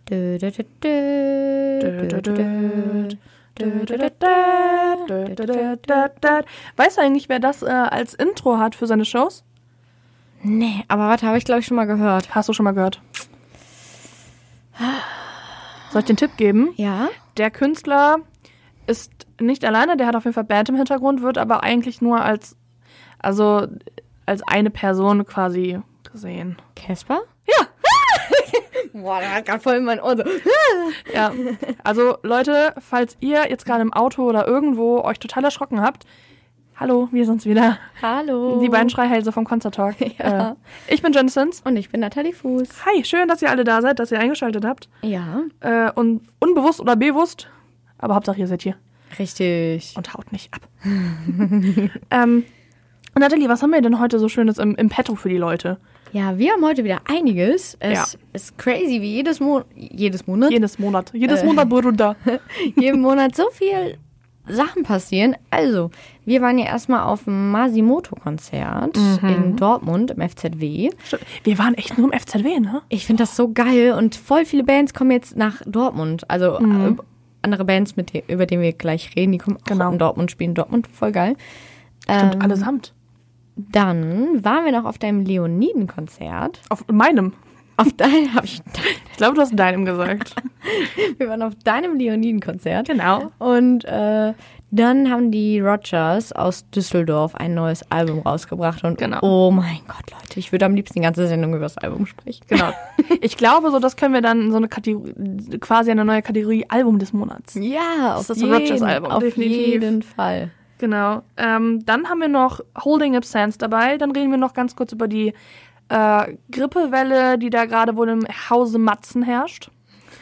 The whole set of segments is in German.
Weißt du eigentlich, wer das als Intro hat für seine Shows? Nee, aber warte, habe ich glaube ich schon mal gehört. Hast du schon mal gehört? Soll ich den Tipp geben? Ja? Der Künstler ist nicht alleine, der hat auf jeden Fall Band im Hintergrund, wird aber eigentlich nur als eine Person quasi gesehen. Casper? Ja. Boah, der hat gerade voll in mein Ohr so. Ja, also Leute, falls ihr jetzt gerade im Auto oder irgendwo euch total erschrocken habt, hallo, wir sind's wieder. Hallo. Die beiden Schreihälse vom Concert Talk. Ja. Ich bin Jennessens. Und ich bin Nathalie Fuß. Hi, schön, dass ihr alle da seid, dass ihr eingeschaltet habt. Ja. Und unbewusst oder bewusst, aber Hauptsache ihr seid hier. Richtig. Und haut nicht ab. Nathalie, was haben wir denn heute so Schönes im Petto für die Leute? Ja, wir haben heute wieder einiges. Es ist crazy, wie jedes Monat. Jedes Monat, Bruder. Jeden Monat so viel Sachen passieren. Also, wir waren ja erstmal auf dem Masimoto-Konzert in Dortmund im FZW. Wir waren echt nur im FZW, ne? Ich finde das so geil und voll viele Bands kommen jetzt nach Dortmund. Also andere Bands, über die wir gleich reden, die kommen auch in Dortmund, spielen in Dortmund. Voll geil. Stimmt, allesamt. Dann waren wir noch auf deinem Leoniden-Konzert. Auf meinem? Auf deinem, habe ich. Ich glaube, du hast deinem gesagt. Wir waren auf deinem Leoniden-Konzert. Genau. Und dann haben die Rogers aus Düsseldorf ein neues Album rausgebracht. Und oh mein Gott, Leute, ich würde am liebsten die ganze Sendung über das Album sprechen. Genau. Ich glaube, so das können wir dann in so eine Kategorie, quasi eine neue Kategorie Album des Monats. Ja, das ist das Rogers-Album. Auf jeden Fall. Genau. Dann haben wir noch Holding Up Sands dabei. Dann reden wir noch ganz kurz über die Grippewelle, die da gerade wohl im Hause Matzen herrscht.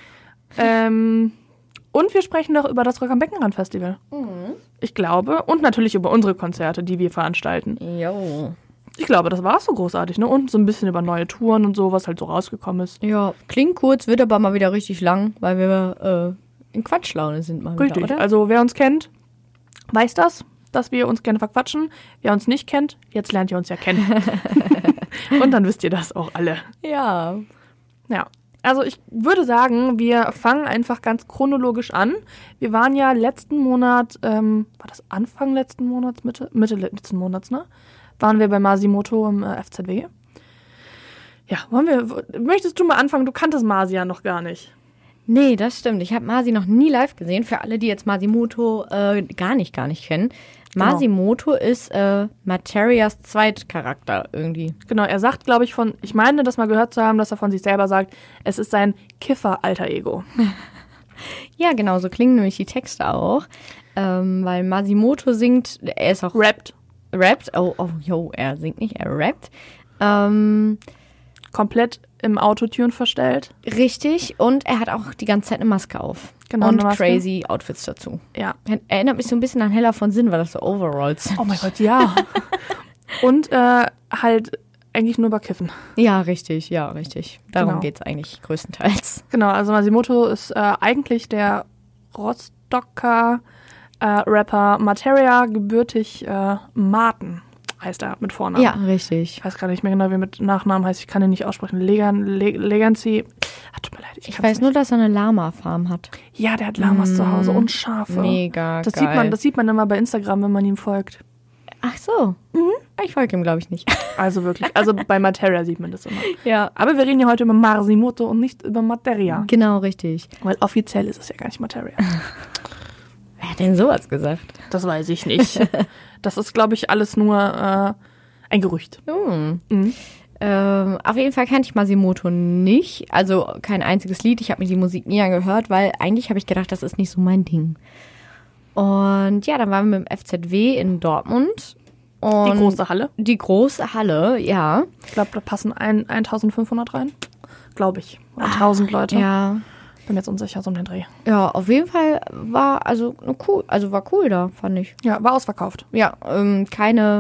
Und wir sprechen noch über das Rock am Beckenrand Festival. Ich glaube. Und natürlich über unsere Konzerte, die wir veranstalten. Jo. Ich glaube, das war so großartig, ne? Und so ein bisschen über neue Touren und so, was halt so rausgekommen ist. Ja, klingt kurz, wird aber mal wieder richtig lang, weil wir in Quatschlaune sind mal richtig. Wieder, oder? Also wer uns kennt, weiß das, dass wir uns gerne verquatschen. Wer uns nicht kennt, jetzt lernt ihr uns ja kennen. Und dann wisst ihr das auch alle. Ja. Ja, also ich würde sagen, wir fangen einfach ganz chronologisch an. Wir waren ja letzten Monat, war das Anfang letzten Monats, Mitte letzten Monats, ne? Waren wir bei Masimoto im FZW. Ja, möchtest du mal anfangen? Du kanntest Masi ja noch gar nicht. Nee, das stimmt. Ich habe Masi noch nie live gesehen. Für alle, die jetzt Masimoto gar nicht kennen. Masimoto ist Materias Zweitcharakter irgendwie. Genau, er sagt, glaube ich, ich meine, das mal gehört zu haben, dass er von sich selber sagt, es ist sein Kiffer-Alter-Ego. Ja, genau, so klingen nämlich die Texte auch. Weil Masimoto singt, er ist auch... Rappt. Er singt nicht, er rappt. Komplett im Autotune verstellt. Richtig, und er hat auch die ganze Zeit eine Maske auf. Genau, und crazy Outfits dazu. Ja. Erinnert mich so ein bisschen an Hella von Sinn, weil das so Overalls sind. Oh mein Gott, ja. Und halt eigentlich nur über Kiffen. Ja, richtig. Darum geht's eigentlich größtenteils. Genau, also Masimoto ist eigentlich der Rostocker Rapper Materia, gebürtig Martin heißt er mit Vornamen. Ja, richtig. Ich weiß gerade nicht mehr genau, wie er mit Nachnamen heißt. Ich kann ihn nicht aussprechen. Legancy. Tut mir leid. Ich weiß nur, dass er eine Lama-Farm hat. Ja, der hat Lamas zu Hause und Schafe. Mega das geil. Das sieht man immer bei Instagram, wenn man ihm folgt. Ach so. Ich folge ihm, glaube ich, nicht. Also wirklich. Also bei Materia sieht man das immer. Ja. Aber wir reden ja heute über Masimoto und nicht über Materia. Genau, richtig. Weil offiziell ist es ja gar nicht Materia. Wer hat denn sowas gesagt? Das weiß ich nicht. Das ist, glaube ich, alles nur ein Gerücht. Auf jeden Fall kannte ich Masimoto nicht. Also kein einziges Lied. Ich habe mir die Musik nie angehört, weil eigentlich habe ich gedacht, das ist nicht so mein Ding. Und ja, dann waren wir im FZW in Dortmund. Und die große Halle? Die große Halle, ja. Ich glaube, da passen 1500 rein. Glaube ich. Oder 1000 Leute. Ja. Bin mir jetzt unsicher, so um den Dreh. Ja, auf jeden Fall war war cool da, fand ich. Ja, war ausverkauft. Ja, keine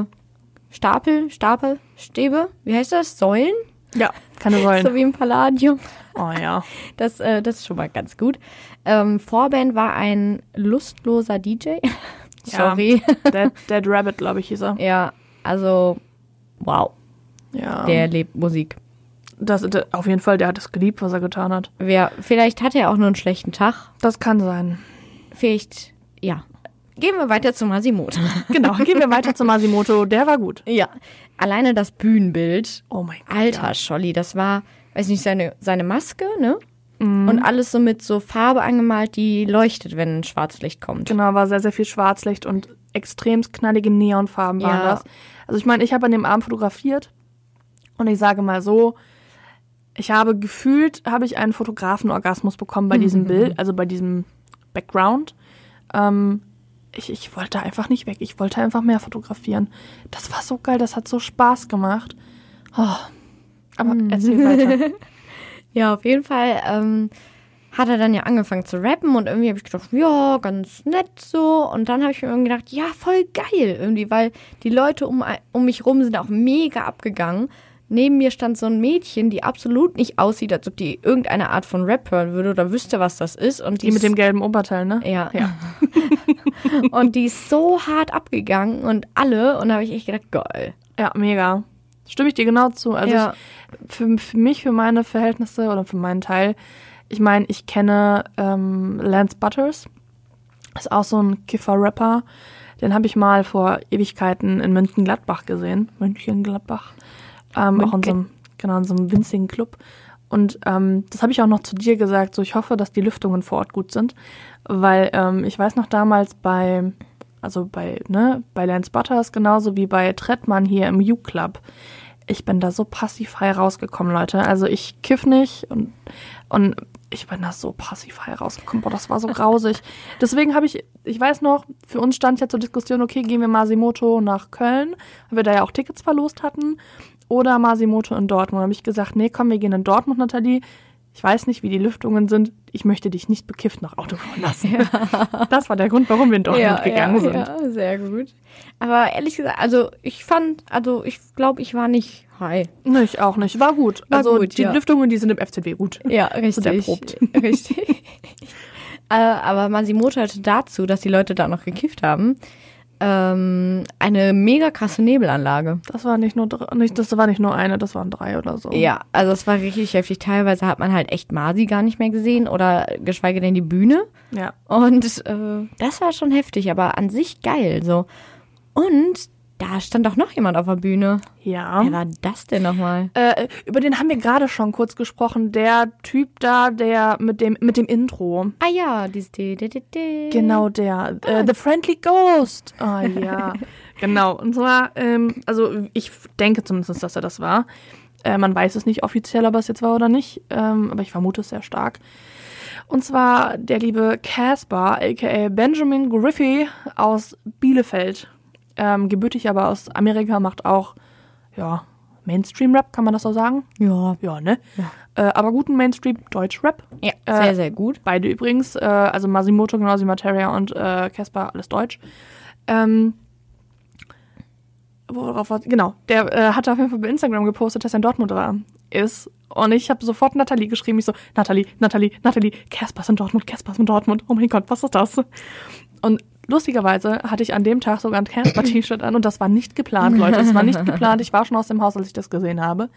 Stäbe, wie heißt das? Säulen? Ja, keine Säulen. So wie im Palladium. Oh ja. Das ist schon mal ganz gut. Vorband war ein lustloser DJ. Sorry. Ja, Dead Rabbit, glaube ich, hieß er. Ja, also wow. Ja. Der lebt Musik. Das auf jeden Fall, der hat es geliebt, was er getan hat. Ja, vielleicht hat er auch nur einen schlechten Tag. Das kann sein. Vielleicht, ja. Gehen wir weiter zu Masimoto. Genau, gehen wir weiter zu Masimoto. Der war gut. Ja. Alleine das Bühnenbild. Oh mein Gott. Alter, Scholli, das war, weiß nicht, seine Maske, ne? Und alles so mit so Farbe angemalt, die leuchtet, wenn ein Schwarzlicht kommt. Genau, war sehr, sehr viel Schwarzlicht und extrem knallige Neonfarben waren das. Also ich meine, ich habe an dem Abend fotografiert und ich sage mal so, ich habe einen Fotografenorgasmus bekommen bei diesem Bild, also bei diesem Background. Ich wollte einfach nicht weg, ich wollte einfach mehr fotografieren. Das war so geil, das hat so Spaß gemacht. Oh. Aber erzähl weiter. Ja, auf jeden Fall hat er dann ja angefangen zu rappen und irgendwie habe ich gedacht, ja, ganz nett so. Und dann habe ich mir irgendwie gedacht, ja, voll geil irgendwie, weil die Leute um mich rum sind auch mega abgegangen. Neben mir stand so ein Mädchen, die absolut nicht aussieht, als ob die irgendeine Art von Rap hören würde oder wüsste, was das ist. Und Die mit dem gelben Oberteil, ne? Ja. Und die ist so hart abgegangen und alle. Und da habe ich echt gedacht, geil. Ja, mega. Stimme ich dir genau zu. Also Ja. für mich, für meine Verhältnisse oder für meinen Teil, ich meine, ich kenne Lance Butters. Ist auch so ein Kiffer-Rapper. Den habe ich mal vor Ewigkeiten in Mönchengladbach gesehen. Mönchengladbach. Auch in so einem winzigen Club. Und das habe ich auch noch zu dir gesagt. So, ich hoffe, dass die Lüftungen vor Ort gut sind. Weil ich weiß noch damals bei Lance Butters genauso wie bei Trettmann hier im U-Club. Ich bin da so passivfrei rausgekommen, Leute. Also ich kiff nicht und ich bin da so passivfrei rausgekommen. Boah, das war so grausig. Deswegen habe ich weiß noch, für uns stand ja zur Diskussion, okay, gehen wir Masimoto nach Köln, weil wir da ja auch Tickets verlost hatten, oder Masimoto in Dortmund. Da habe ich gesagt, nee, komm, wir gehen in Dortmund, Nathalie. Ich weiß nicht, wie die Lüftungen sind. Ich möchte dich nicht bekifft nach Auto fahren lassen. Ja. Das war der Grund, warum wir in Dortmund gegangen sind. Ja, sehr gut. Aber ehrlich gesagt, ich glaube, ich war nicht high. Nee, ich auch nicht. War gut. Die Lüftungen, die sind im FZW gut. Ja, richtig. So erprobt. Richtig. Aber Masimoto hatte dazu, dass die Leute da noch gekifft haben, eine mega krasse Nebelanlage. Das war nicht nur eine, das waren 3 oder so. Ja, also es war richtig heftig. Teilweise hat man halt echt Masi gar nicht mehr gesehen oder geschweige denn die Bühne. Ja. Und das war schon heftig, aber an sich geil so. Und da stand auch noch jemand auf der Bühne. Ja. Wer war das denn nochmal? Über den haben wir gerade schon kurz gesprochen. Der Typ da, der mit dem Intro. Ah ja, dieses Genau der. The Friendly Ghost. Ah ja. Genau. Und zwar, ich denke zumindest, dass er das war. Man weiß es nicht offiziell, ob er es jetzt war oder nicht. Aber ich vermute es sehr stark. Und zwar der liebe Casper, a.k.a. Benjamin Griffey aus Bielefeld. Gebürtig aber aus Amerika, macht auch, ja, Mainstream-Rap, kann man das so sagen? Ja. Ja, ne? Ja. Aber guten Mainstream-Deutsch-Rap. Ja, sehr, sehr gut. Beide übrigens, also Masimoto genauso wie Materia und Casper, alles Deutsch. Der hat auf jeden Fall bei Instagram gepostet, dass er in Dortmund ist. Und ich habe sofort Nathalie geschrieben. Ich so, Nathalie, Casper ist in Dortmund. Oh mein Gott, was ist das? Und lustigerweise hatte ich an dem Tag sogar ein Casper-T-Shirt an und das war nicht geplant, Leute. Das war nicht geplant. Ich war schon aus dem Haus, als ich das gesehen habe.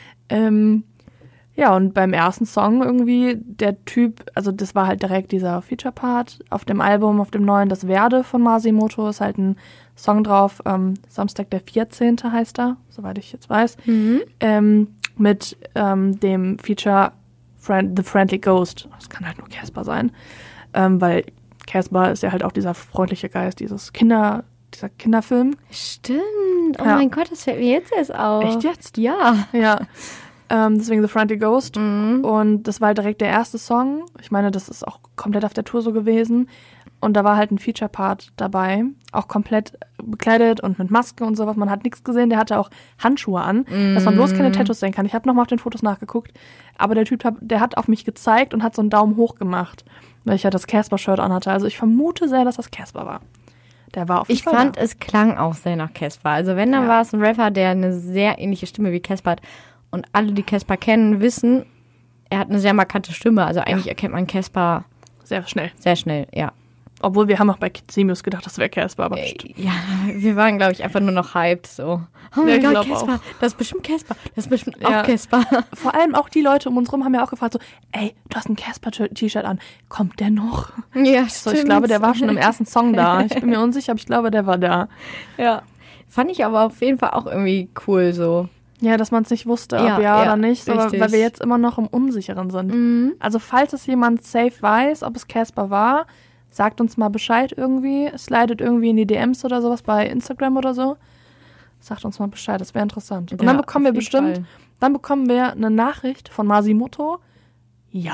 Ja, und beim ersten Song irgendwie der Typ, also das war halt direkt dieser Feature-Part auf dem Album, auf dem neuen, das Werde von Masimoto, ist halt ein Song drauf, Samstag der 14. heißt er, soweit ich jetzt weiß, mit dem Feature The Friendly Ghost. Das kann halt nur Casper sein, weil Casper ist ja halt auch dieser freundliche Geist, dieser Kinderfilm. Stimmt. Oh mein Gott, das fällt mir jetzt erst auf. Echt jetzt? Ja. Ja. Deswegen The Friendly Ghost. Und das war halt direkt der erste Song. Ich meine, das ist auch komplett auf der Tour so gewesen. Und da war halt ein Feature-Part dabei. Auch komplett bekleidet und mit Maske und sowas. Man hat nichts gesehen. Der hatte auch Handschuhe an, dass man bloß keine Tattoos sehen kann. Ich habe nochmal auf den Fotos nachgeguckt. Aber der Typ, der hat auf mich gezeigt und hat so einen Daumen hoch gemacht, weil ich ja das Casper-Shirt anhatte. Also ich vermute sehr, dass das Casper war. Der war auf jeden Fall. Ich fand, es klang auch sehr nach Casper. Also wenn, dann war es ein Rapper, der eine sehr ähnliche Stimme wie Casper hat. Und alle, die Casper kennen, wissen, er hat eine sehr markante Stimme. Also eigentlich erkennt man Casper sehr schnell. Sehr schnell, ja. Obwohl, wir haben auch bei Kidsimius gedacht, das wäre Casper, aber Ja, wir waren, glaube ich, einfach nur noch hyped, so. Oh mein Gott, Casper, das ist bestimmt Casper, das ist bestimmt auch Casper. Vor allem auch die Leute um uns rum haben ja auch gefragt so, ey, du hast ein Casper-T-Shirt an, kommt der noch? Ja, so, ich glaube, der war schon im ersten Song da. Ich bin mir unsicher, aber ich glaube, der war da. Ja, fand ich aber auf jeden Fall auch irgendwie cool so. Ja, dass man es nicht wusste, ob oder nicht, so, weil wir jetzt immer noch im Unsicheren sind. Mhm. Also falls es jemand safe weiß, ob es Casper war, sagt uns mal Bescheid irgendwie. Slidet irgendwie in die DMs oder sowas bei Instagram oder so. Sagt uns mal Bescheid, das wäre interessant. Und dann bekommen wir bestimmt, dann bekommen wir eine Nachricht von Masimoto. Ja.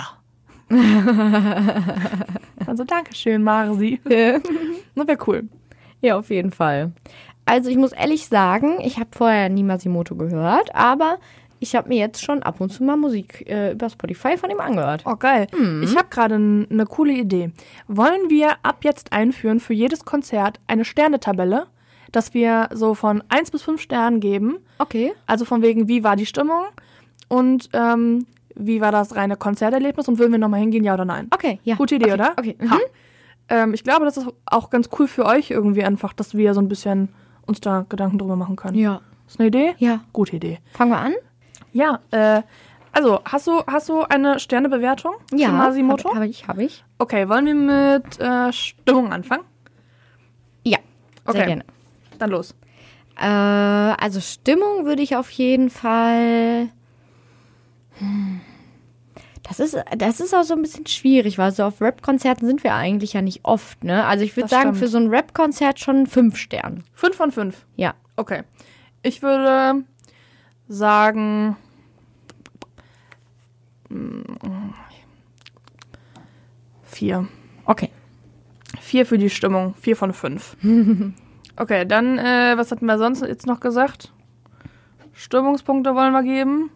Also Dankeschön, Marzi. Das wäre cool. Ja, auf jeden Fall. Also ich muss ehrlich sagen, ich habe vorher nie Masimoto gehört, aber ich habe mir jetzt schon ab und zu mal Musik über Spotify von ihm angehört. Oh, geil. Ich habe gerade eine coole Idee. Wollen wir ab jetzt einführen für jedes Konzert eine Sternetabelle, dass wir so von 1 bis 5 Sternen geben? Okay. Also von wegen, wie war die Stimmung und wie war das reine Konzerterlebnis und würden wir nochmal hingehen, ja oder nein? Okay, ja. Gute Idee, oder? Okay. Ich glaube, das ist auch ganz cool für euch irgendwie einfach, dass wir so ein bisschen uns da Gedanken drüber machen können. Ja. Ist eine Idee? Ja. Gute Idee. Fangen wir an? Ja, also hast du eine Sternebewertung Ja, für Masimoto? Habe ich. Okay, wollen wir mit Stimmung anfangen? Ja, Okay. sehr gerne. Dann los. Also Stimmung würde ich auf jeden Fall... Das ist auch so ein bisschen schwierig, weil so auf Rap-Konzerten sind wir eigentlich ja nicht oft, ne? Also ich würde Das sagen, stimmt. für so ein Rap-Konzert schon 5 Sterne. 5 von 5. Ja. Okay. Ich würde sagen 4. Okay. 4 für die Stimmung. 4 von 5. Okay, dann, was hatten wir sonst jetzt noch gesagt? Stimmungspunkte wollen wir geben.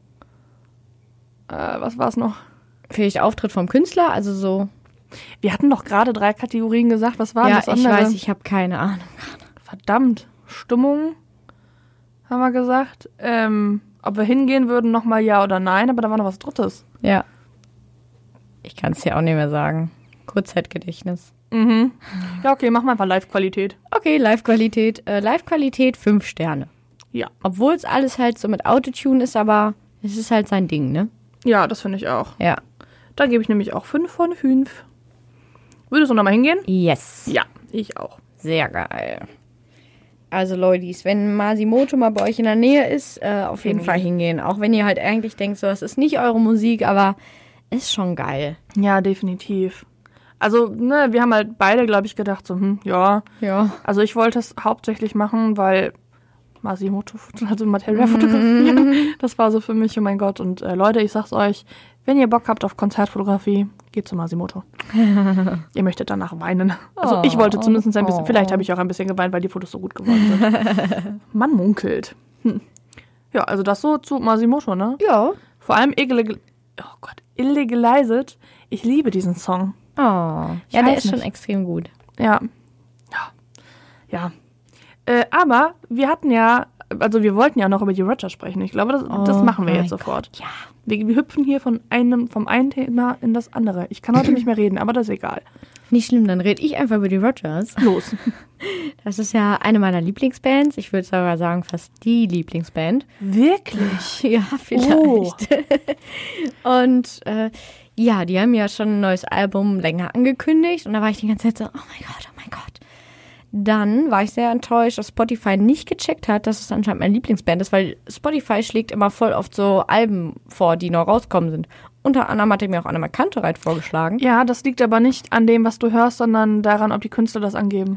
Was war's noch? Vielleicht Auftritt vom Künstler, also so. Wir hatten doch gerade 3 Kategorien gesagt. Was war Ja, das ich andere? weiß, ich habe keine Ahnung. Verdammt. Stimmung haben wir gesagt. Ob wir hingehen würden, nochmal ja oder nein. Aber da war noch was Drittes. Ja. Ich kann es dir auch nicht mehr sagen. Kurzzeitgedächtnis. Mhm. Ja, okay, machen wir einfach Live-Qualität. Okay, Live-Qualität. Live-Qualität 5 Sterne. Ja. Obwohl es alles halt so mit Autotune ist, aber es ist halt sein Ding, ne? Ja, das finde ich auch. Ja. Da gebe ich nämlich auch 5 von 5. Würdest du nochmal hingehen? Yes. Ja, ich auch. Sehr geil. Also Leute, wenn Masimoto mal bei euch in der Nähe ist, auf jeden Fall hingehen. Auch wenn ihr halt eigentlich denkt, so, das ist nicht eure Musik, aber ist schon geil. Ja, definitiv. Also, ne, wir haben halt beide, glaube ich, gedacht, so, ja. Ja. Also ich wollte es hauptsächlich machen, weil Masimoto, also Materia fotografieren, das war so für mich, oh mein Gott. Und Leute, ich sag's euch, wenn ihr Bock habt auf Konzertfotografie, geht zu Masimoto. Ihr möchtet danach weinen. Also ich wollte zumindest ein bisschen, vielleicht habe ich auch ein bisschen geweint, weil die Fotos so gut geworden sind. Man munkelt. Ja, also das so zu Masimoto, ne? Ja. Vor allem Illegalized. Ich liebe diesen Song. Oh. Ja, der weiß ist schon nicht. extrem gut. Ja. Aber wir hatten ja, also wir wollten ja noch über die Roger sprechen. Ich glaube, das machen wir mein jetzt sofort. Ja. Wir hüpfen hier vom einen Thema in das andere. Ich kann heute nicht mehr reden, aber das ist egal. Nicht schlimm, dann rede ich einfach über die Rodgers. Los. Das ist ja eine meiner Lieblingsbands. Ich würde sogar sagen, fast die Lieblingsband. Wirklich? Ja, vielleicht. Oh. Und ja, die haben ja schon ein neues Album länger angekündigt. Und da war ich die ganze Zeit so, oh mein Gott, oh mein Gott. Dann war ich sehr enttäuscht, dass Spotify nicht gecheckt hat, dass es anscheinend meine Lieblingsband ist, weil Spotify schlägt immer voll oft so Alben vor, die noch rauskommen sind. Unter anderem hat er mir auch Anna Kantereit vorgeschlagen. Ja, das liegt aber nicht an dem, was du hörst, sondern daran, ob die Künstler das angeben.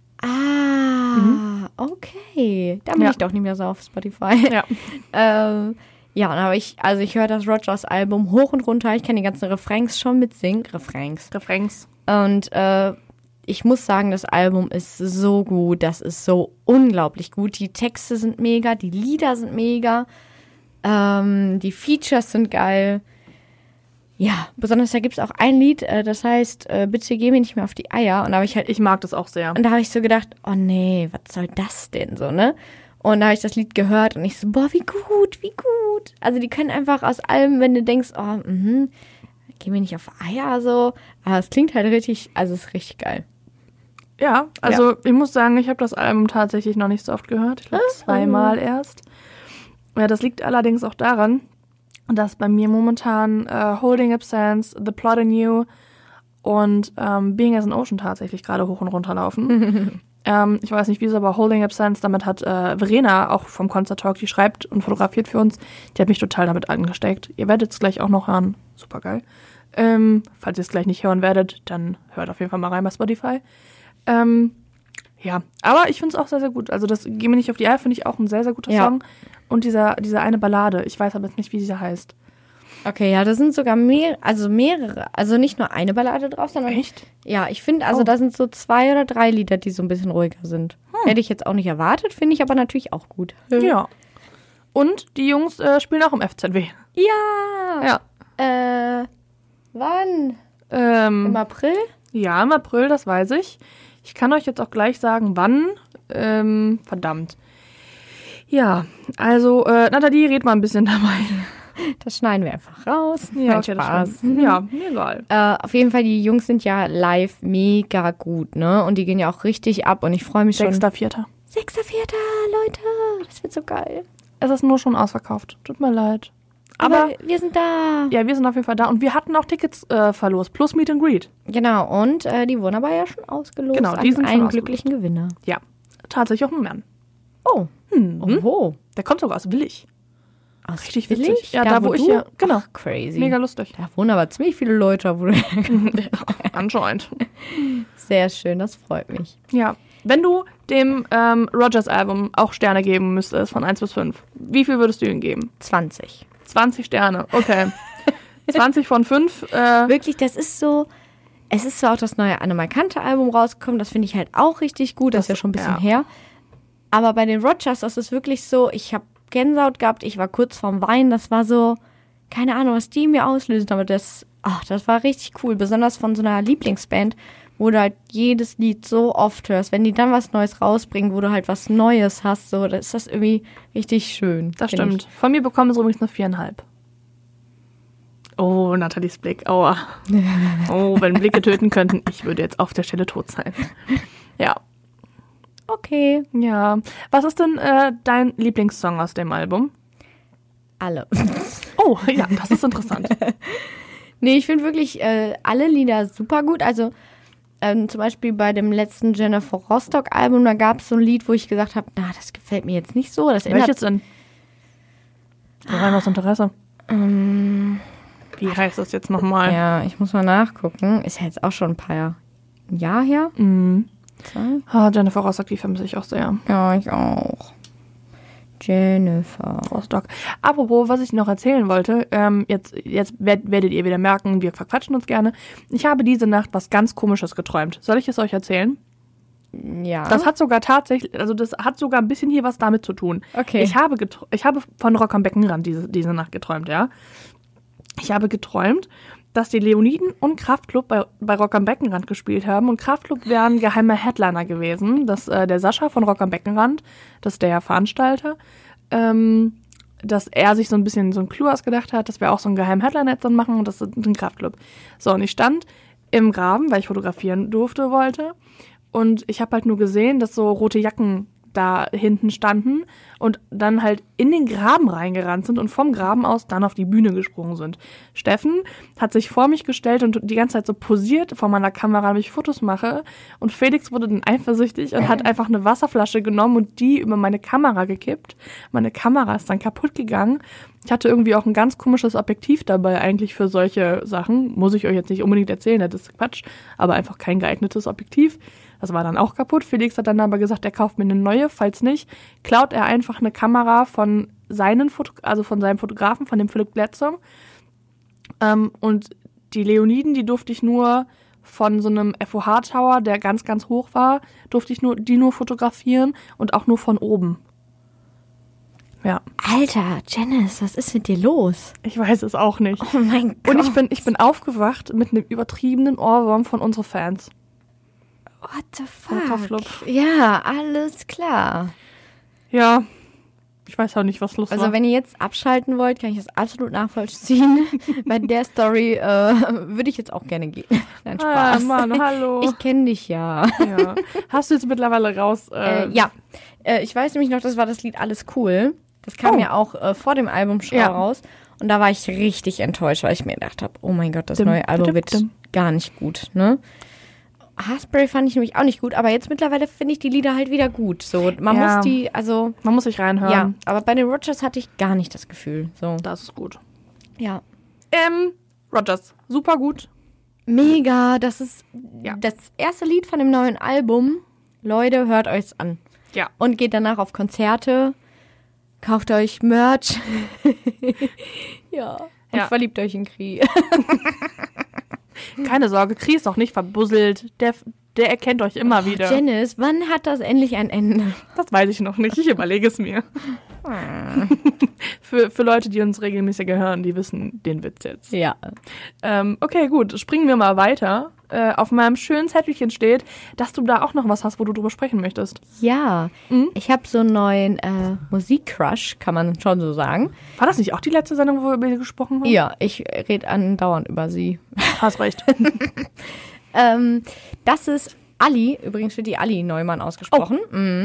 Okay. Da bin ich doch nicht mehr so auf Spotify. Ja. Ja, und aber ich höre das Rodgers Album hoch und runter. Ich kann die ganzen Refrains schon mitsingen. Refrains. Und ich muss sagen, das Album ist so gut. Das ist so unglaublich gut. Die Texte sind mega, die Lieder sind mega. Die Features sind geil. Ja, besonders da gibt es auch ein Lied, das heißt, bitte geh mir nicht mehr auf die Eier. Und da habe Ich mag das auch sehr. und da habe ich so gedacht, oh nee, was soll das denn so, ne? Und da habe ich das Lied gehört und ich so, boah, wie gut, wie gut. Also die können einfach aus allem, wenn du denkst, geh mir nicht auf Eier so. Aber es klingt halt richtig, also es ist richtig geil. Ja, also ich muss sagen, ich habe das Album tatsächlich noch nicht so oft gehört. Ich glaube 2-mal erst. Ja, das liegt allerdings auch daran, dass bei mir momentan Holding Up Sands, The Plot in You und Being as an Ocean tatsächlich gerade hoch und runter laufen. Ich weiß nicht, wieso, aber Holding Up Sands, damit hat Verena, auch vom Concert Talk, die schreibt und fotografiert für uns, die hat mich total damit angesteckt. Ihr werdet es gleich auch noch hören. Super geil. Falls ihr es gleich nicht hören werdet, dann hört auf jeden Fall mal rein bei Spotify. Ja, aber ich finde es auch sehr, sehr gut. Also das Geh mir nicht auf die Eier finde ich auch ein sehr, sehr guter Song. Und diese eine Ballade, ich weiß aber jetzt nicht, wie sie heißt. Okay, ja, da sind sogar mehrere, also nicht nur eine Ballade drauf, sondern... Echt? Ja, ich finde, also da sind so 2 oder 3 Lieder, die so ein bisschen ruhiger sind. Hätte ich jetzt auch nicht erwartet, finde ich aber natürlich auch gut. Ja. Und die Jungs spielen auch im FZW. Ja! Ja. Wann? Im April? Ja, im April, das weiß ich. Ich kann euch jetzt auch gleich sagen, wann. Verdammt. Ja, also, Nathalie, red mal ein bisschen dabei. Das schneiden wir einfach raus. Ja, okay, Spaß. Ja, mir egal. Auf jeden Fall, die Jungs sind ja live mega gut, ne? Und die gehen ja auch richtig ab und ich freue mich schon. 6.4. 6.4., Leute, das wird so geil. Es ist nur schon ausverkauft. Tut mir leid. Aber wir sind da. Ja, wir sind auf jeden Fall da. Und wir hatten auch Tickets verlost, plus Meet and Greet. Genau, und die wurden aber ja schon ausgelost. Genau, die sind an schon einen glücklichen Gewinner. Ja, tatsächlich auch ein Mann. Oh. Oho. Der kommt sogar aus Willig. Aus Richtig Willig? witzig. Ja, da wo ich ja, genau. Ach, crazy. Mega lustig. Da wohnen aber ziemlich viele Leute. Anscheinend. Sehr schön, das freut mich. Ja. Wenn du dem Rogers-Album auch Sterne geben müsstest, von 1 bis 5, wie viel würdest du ihm geben? 20. 20 Sterne, okay. 20 von 5. Wirklich, das ist so... Es ist zwar auch das neue Anne Kante-Album rausgekommen, das finde ich halt auch richtig gut, das ist ja schon ein bisschen her. Aber bei den Rogers, das ist wirklich so, ich habe Gänsehaut gehabt, ich war kurz vorm Weinen, das war so, keine Ahnung, was die mir auslösen, aber das war richtig cool, besonders von so einer Lieblingsband, wo du halt jedes Lied so oft hörst, wenn die dann was Neues rausbringen, wo du halt was Neues hast, so, da ist das irgendwie richtig schön. Das stimmt. Von mir bekommen sie übrigens nur 4,5. Oh, Nathalies Blick, aua. Oh, wenn Blicke töten könnten, ich würde jetzt auf der Stelle tot sein. Ja. Okay. Ja. Was ist denn dein Lieblingssong aus dem Album? Alle. Oh, ja, das ist interessant. Nee, ich finde wirklich alle Lieder super gut. Also zum Beispiel bei dem letzten Jennifer Rostock-Album, da gab es so ein Lied, wo ich gesagt habe, na, das gefällt mir jetzt nicht so. Welches denn? Rein aus Interesse. Wie heißt das jetzt nochmal? Ja, ich muss mal nachgucken. Ist ja jetzt auch schon ein Jahr her. Mhm. Jennifer Rostock, die vermisse ich auch sehr. Ja, ich auch. Jennifer Rostock. Apropos, was ich noch erzählen wollte, jetzt werdet ihr wieder merken, wir verquatschen uns gerne. Ich habe diese Nacht was ganz Komisches geträumt. Soll ich es euch erzählen? Ja. Das hat sogar ein bisschen hier was damit zu tun. Okay. Ich habe von Rock am Beckenrand diese Nacht geträumt, ja. Ich habe geträumt, dass die Leoniden und Kraftklub bei Rock am Beckenrand gespielt haben. Und Kraftklub wäre ein geheimer Headliner gewesen. Der Sascha von Rock am Beckenrand, das ist der Veranstalter, dass er sich so ein bisschen so ein Clou ausgedacht hat, dass wir auch so einen geheimen Headliner jetzt dann machen und das ist ein Kraftklub. So, und ich stand im Graben, weil ich fotografieren wollte. Und ich habe halt nur gesehen, dass so rote Jacken da hinten standen und dann halt in den Graben reingerannt sind und vom Graben aus dann auf die Bühne gesprungen sind. Steffen hat sich vor mich gestellt und die ganze Zeit so posiert vor meiner Kamera, damit ich Fotos mache. Und Felix wurde dann eifersüchtig und hat einfach eine Wasserflasche genommen und die über meine Kamera gekippt. Meine Kamera ist dann kaputt gegangen. Ich hatte irgendwie auch ein ganz komisches Objektiv dabei eigentlich für solche Sachen. Muss ich euch jetzt nicht unbedingt erzählen, das ist Quatsch, aber einfach kein geeignetes Objektiv. Das war dann auch kaputt. Felix hat dann aber gesagt, er kauft mir eine neue. Falls nicht, klaut er einfach eine Kamera von seinem Fotografen, von dem Philipp Glätzer. Und die Leoniden, die durfte ich nur von so einem FOH-Tower, der ganz, ganz hoch war, durfte ich nur fotografieren und auch nur von oben. Ja. Alter, Janice, was ist mit dir los? Ich weiß es auch nicht. Oh mein Gott. Und ich bin aufgewacht mit einem übertriebenen Ohrwurm von unseren Fans. What the fuck? Ja, alles klar. Ja, Ich weiß auch nicht, was los Also war. wenn ihr jetzt abschalten wollt, kann ich das absolut nachvollziehen. Bei der Story würde ich jetzt auch gerne gehen. Nein, Spaß. Mann, hallo. Ich kenne dich ja. Ja. Hast du jetzt mittlerweile raus? Ja. Ich weiß nämlich noch, das war das Lied Alles Cool. Das kam ja auch vor dem Album schon raus. Und da war ich richtig enttäuscht, weil ich mir gedacht habe, oh mein Gott, das neue Album wird gar nicht gut, ne? Haarspray fand ich nämlich auch nicht gut, aber jetzt mittlerweile finde ich die Lieder halt wieder gut. So, man muss sich reinhören. Ja, aber bei den Rodgers hatte ich gar nicht das Gefühl. So. Das ist gut. Ja. Rodgers, super gut. Mega, das ist das erste Lied von dem neuen Album. Leute, hört euch's an. Ja. Und geht danach auf Konzerte, kauft euch Merch. Und verliebt euch in Kri. Keine Sorge, Kri ist doch nicht verbusselt. Der erkennt euch immer wieder. Janice, wann hat das endlich ein Ende? Das weiß ich noch nicht. Ich überlege es mir. Für Leute, die uns regelmäßig hören, die wissen den Witz jetzt. Ja. Okay, gut. Springen wir mal weiter. Auf meinem schönen Zettelchen steht, dass du da auch noch was hast, wo du drüber sprechen möchtest. Ja. Ich habe so einen neuen Musikcrush, kann man schon so sagen. War das nicht auch die letzte Sendung, wo wir über sie gesprochen haben? Ja, ich rede andauernd über sie. Hast recht. Das ist Ali. Übrigens wird die Ali Neumann ausgesprochen.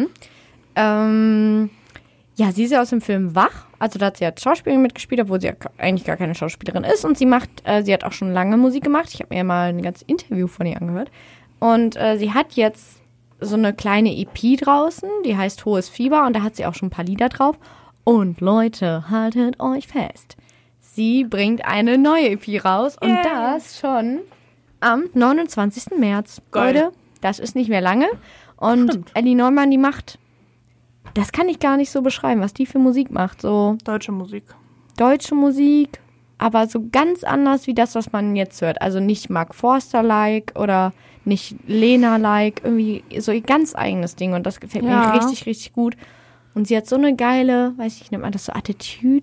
Ja, sie ist ja aus dem Film Wach. Also da hat sie als Schauspielerin mitgespielt, obwohl sie ja eigentlich gar keine Schauspielerin ist. Und sie hat auch schon lange Musik gemacht. Ich habe mir mal ein ganzes Interview von ihr angehört. Und sie hat jetzt so eine kleine EP draußen, die heißt Hohes Fieber. Und da hat sie auch schon ein paar Lieder drauf. Und Leute, haltet euch fest. Sie bringt eine neue EP raus. Und das schon am 29. März. Geil. Leute, das ist nicht mehr lange. Und Ellie Neumann, die macht... Das kann ich gar nicht so beschreiben, was die für Musik macht. So Deutsche Musik. deutsche Musik, aber so ganz anders wie das, was man jetzt hört. Also nicht Mark Forster-like oder nicht Lena-like. Irgendwie so ihr ganz eigenes Ding. Und das gefällt mir richtig, richtig gut. Und sie hat so eine geile, weiß ich, nennt man das so Attitude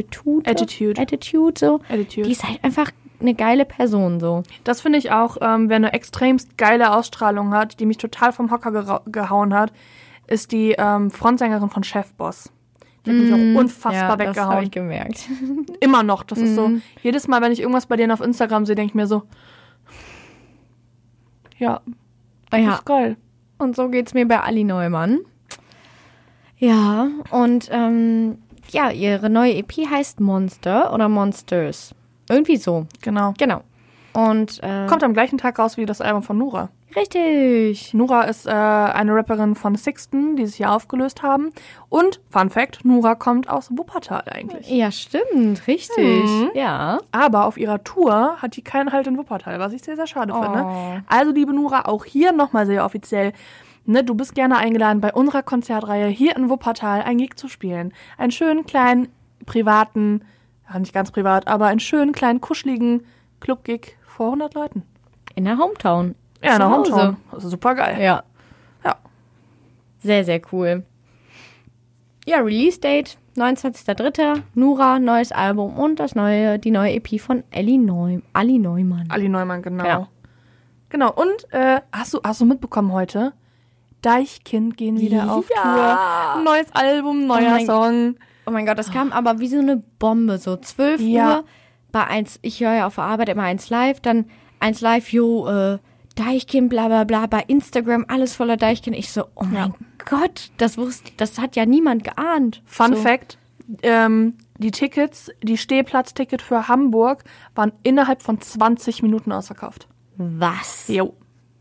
so. Attitude. Die ist halt einfach eine geile Person so. Das finde ich auch, wer eine extremst geile Ausstrahlung hat, die mich total vom Hocker gehauen hat, ist die Frontsängerin von Chefboss. Die hat mich auch unfassbar weggehauen. Das habe ich gemerkt. Immer noch. Das ist so, jedes Mal, wenn ich irgendwas bei denen auf Instagram sehe, denke ich mir so, das ist geil. Und so geht's mir bei Ali Neumann. Ja, und ihre neue EP heißt Monster oder Monsters. Irgendwie so. Genau. Und Kommt am gleichen Tag raus wie das Album von Nura. richtig. Nura ist eine Rapperin von Sixten, die sich hier aufgelöst haben. Und, Fun Fact, Nura kommt aus Wuppertal eigentlich. Ja, stimmt, richtig. Ja. Aber auf ihrer Tour hat die keinen Halt in Wuppertal, was ich sehr, sehr schade finde. Also, liebe Nura, auch hier nochmal sehr offiziell, ne, du bist gerne eingeladen, bei unserer Konzertreihe hier in Wuppertal ein Gig zu spielen. Einen schönen, kleinen, privaten, ja nicht ganz privat, aber einen schönen, kleinen, kuscheligen Club-Gig vor 100 Leuten. In der Hometown. Ja, in der Zu Hause. Hometown. Das ist super geil. Ja. Ja. Sehr, sehr cool. Ja, Release-Date 29.03. Nura, neues Album und die neue EP von Ali Neumann. Ali Neumann, genau. Ja. Genau, und hast du mitbekommen heute? Deichkind gehen wieder auf Tour. Neues Album, neuer Song. Oh mein Gott, das kam aber wie so eine Bombe. So 12 Uhr bei 1, ich höre ja auf der Arbeit immer 1 Live, dann 1 Live, Deichkind, bla bla bla, bei Instagram alles voller Deichkind. Ich so, oh mein Gott, das hat ja niemand geahnt. Fun Fact, die Tickets, die Stehplatzticket für Hamburg waren innerhalb von 20 Minuten ausverkauft. Was? Jo.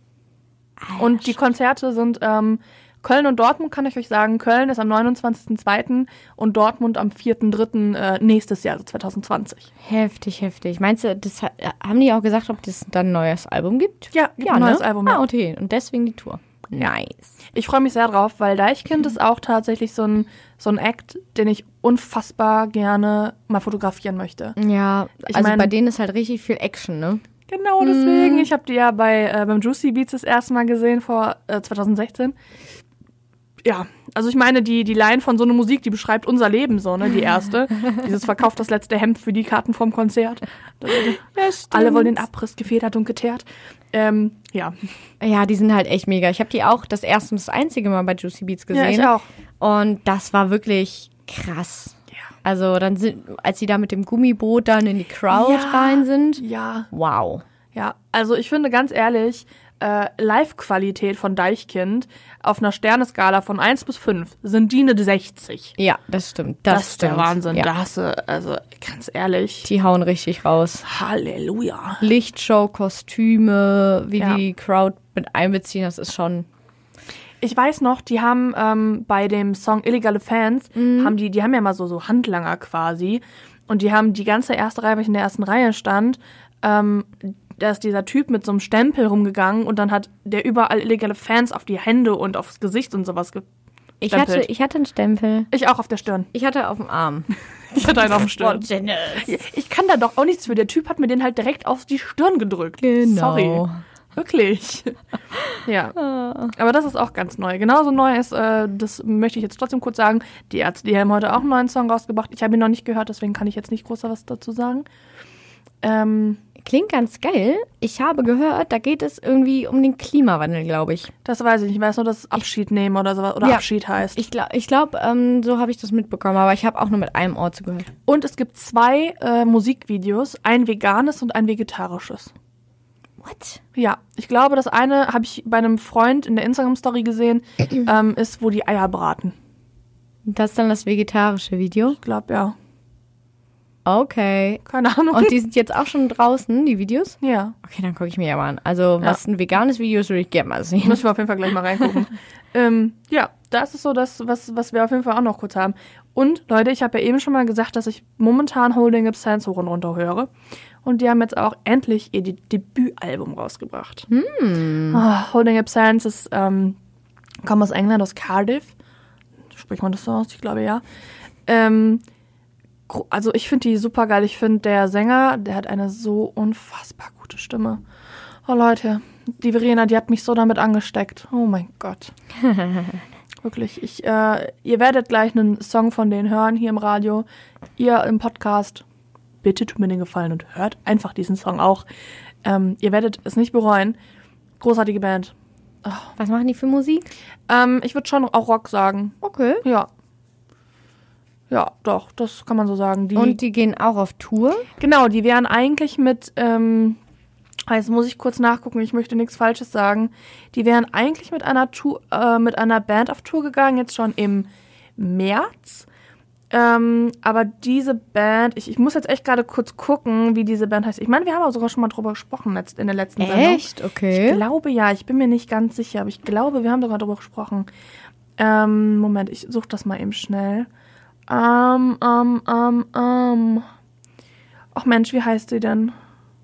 Und die Konzerte sind Köln und Dortmund, kann ich euch sagen. Köln ist am 29.02. und Dortmund am 4.03. Nächstes Jahr, also 2020. Heftig. Meinst du, haben die auch gesagt, ob das dann ein neues Album gibt? Ja, ein neues Album. Ah, okay. Und deswegen die Tour. Nice. Ich freue mich sehr drauf, weil Deichkind ist auch tatsächlich so ein Act, den ich unfassbar gerne mal fotografieren möchte. Ja, also bei denen ist halt richtig viel Action, ne? Genau, deswegen. Ich habe die ja beim Juicy Beats das erste Mal gesehen, vor 2016. Ja, also ich meine, die Line von so einer Musik, die beschreibt unser Leben so, ne, die erste. Dieses verkauft das letzte Hemd für die Karten vom Konzert. Ja, stimmt. Alle wollen den Abriss gefedert und geteert. Ja. Ja, die sind halt echt mega. Ich habe die auch das erste und das einzige Mal bei Juicy Beats gesehen. Ja, ich auch. Und das war wirklich Krass. Ja. Also dann als sie da mit dem Gummiboot dann in die Crowd rein sind. Ja. Wow. Ja, also ich finde ganz ehrlich, Live-Qualität von Deichkind auf einer Sterneskala von 1 bis 5 sind die eine 60. Ja, das stimmt. Das ist der Wahnsinn. Ja. Da hast du, also ganz ehrlich, Die hauen richtig raus. Halleluja. Lichtshow, Kostüme, wie Ja. die Crowd mit einbeziehen, das ist schon... Ich weiß noch, die haben bei dem Song Illegale Fans, die haben ja mal so Handlanger quasi. Und die haben die ganze erste Reihe, weil ich in der ersten Reihe stand, da ist dieser Typ mit so einem Stempel rumgegangen und dann hat der überall illegale Fans auf die Hände und aufs Gesicht und sowas Ich gestempelt. hatte einen Stempel. Ich auch auf der Stirn. Ich hatte auf dem Arm. Ich hatte einen auf der Stirn. Dennis. Ich kann da doch auch nichts für. Der Typ hat mir den halt direkt auf die Stirn gedrückt. Genau. Sorry. Wirklich. Ja. Aber das ist auch ganz neu. Genauso neu ist, das möchte ich jetzt trotzdem kurz sagen, die Ärzte, die haben heute auch einen neuen Song rausgebracht. Ich habe ihn noch nicht gehört, deswegen kann ich jetzt nicht groß was dazu sagen. Klingt ganz geil. Ich habe gehört, da geht es irgendwie um den Klimawandel, glaube ich. Das weiß ich nicht. Ich weiß nur, dass es Abschied nehmen oder sowas oder Ja. Abschied heißt. Ich glaube, so habe ich das mitbekommen, aber ich habe auch nur mit einem Ohr zugehört. Und es gibt 2 Musikvideos, ein veganes und ein vegetarisches. What? Ja, ich glaube, das eine habe ich bei einem Freund in der Instagram-Story gesehen, ist, wo die Eier braten. Das ist dann das vegetarische Video? Ich glaube, ja. Okay. Keine Ahnung. Und die sind jetzt auch schon draußen, die Videos? ja, Okay, dann gucke ich mir ja mal an. Also, was ein veganes Video ist, würde ich gerne mal sehen. müssen wir auf jeden Fall gleich mal reingucken. Ja, das ist so das, was wir auf jeden Fall auch noch kurz haben. Und Leute, ich habe ja eben schon mal gesagt, dass ich momentan Holding Up Sands hoch und runter höre. Und die haben jetzt auch endlich ihr Debütalbum rausgebracht. Holding Up Sands ist, kommt aus England, aus Cardiff. Spricht man das so aus? Ich glaube, ja. Also ich finde die super geil. Ich finde, der Sänger, der hat eine so unfassbar gute Stimme. Oh Leute, die Verena, die hat mich so damit angesteckt. Oh mein Gott. Wirklich. Ihr werdet gleich einen Song von denen hören hier im Radio. Ihr im Podcast. Bitte tut mir den Gefallen und hört einfach diesen Song auch. Ihr werdet es nicht bereuen. Großartige Band. Was machen die für Musik? Ich würde schon auch Rock sagen. Okay. Ja. Ja, doch, das kann man so sagen. Und die gehen auch auf Tour? Genau, die wären eigentlich mit, jetzt muss ich kurz nachgucken, ich möchte nichts Falsches sagen. Die wären eigentlich mit einer Band auf Tour gegangen, jetzt schon im März. Aber diese Band, ich muss jetzt echt gerade kurz gucken, wie diese Band heißt. Ich meine, wir haben auch sogar schon mal drüber gesprochen in der letzten Sendung. Echt? Okay. Ich glaube ja, ich bin mir nicht ganz sicher, aber ich glaube, wir haben sogar drüber gesprochen. Moment, ich suche das mal eben schnell. Ach Mensch, wie heißt die denn?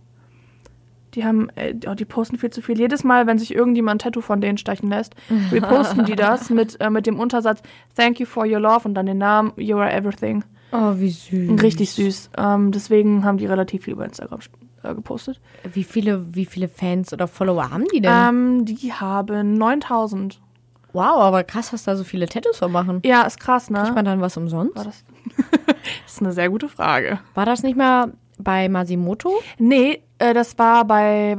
Die posten viel zu viel. Jedes Mal, wenn sich irgendjemand ein Tattoo von denen stechen lässt, reposten die das mit dem Untersatz Thank you for your love und dann den Namen You are everything. Oh, wie süß. Richtig süß. Deswegen haben die relativ viel über Instagram gepostet. Wie viele Fans oder Follower haben die denn? Die haben 9000. Wow, aber krass, dass da so viele Tattoos vermachen. Ja, ist krass, ne? Kriegt man dann was umsonst? Das ist eine sehr gute Frage. War das nicht mal bei Masimoto? Nee, das war bei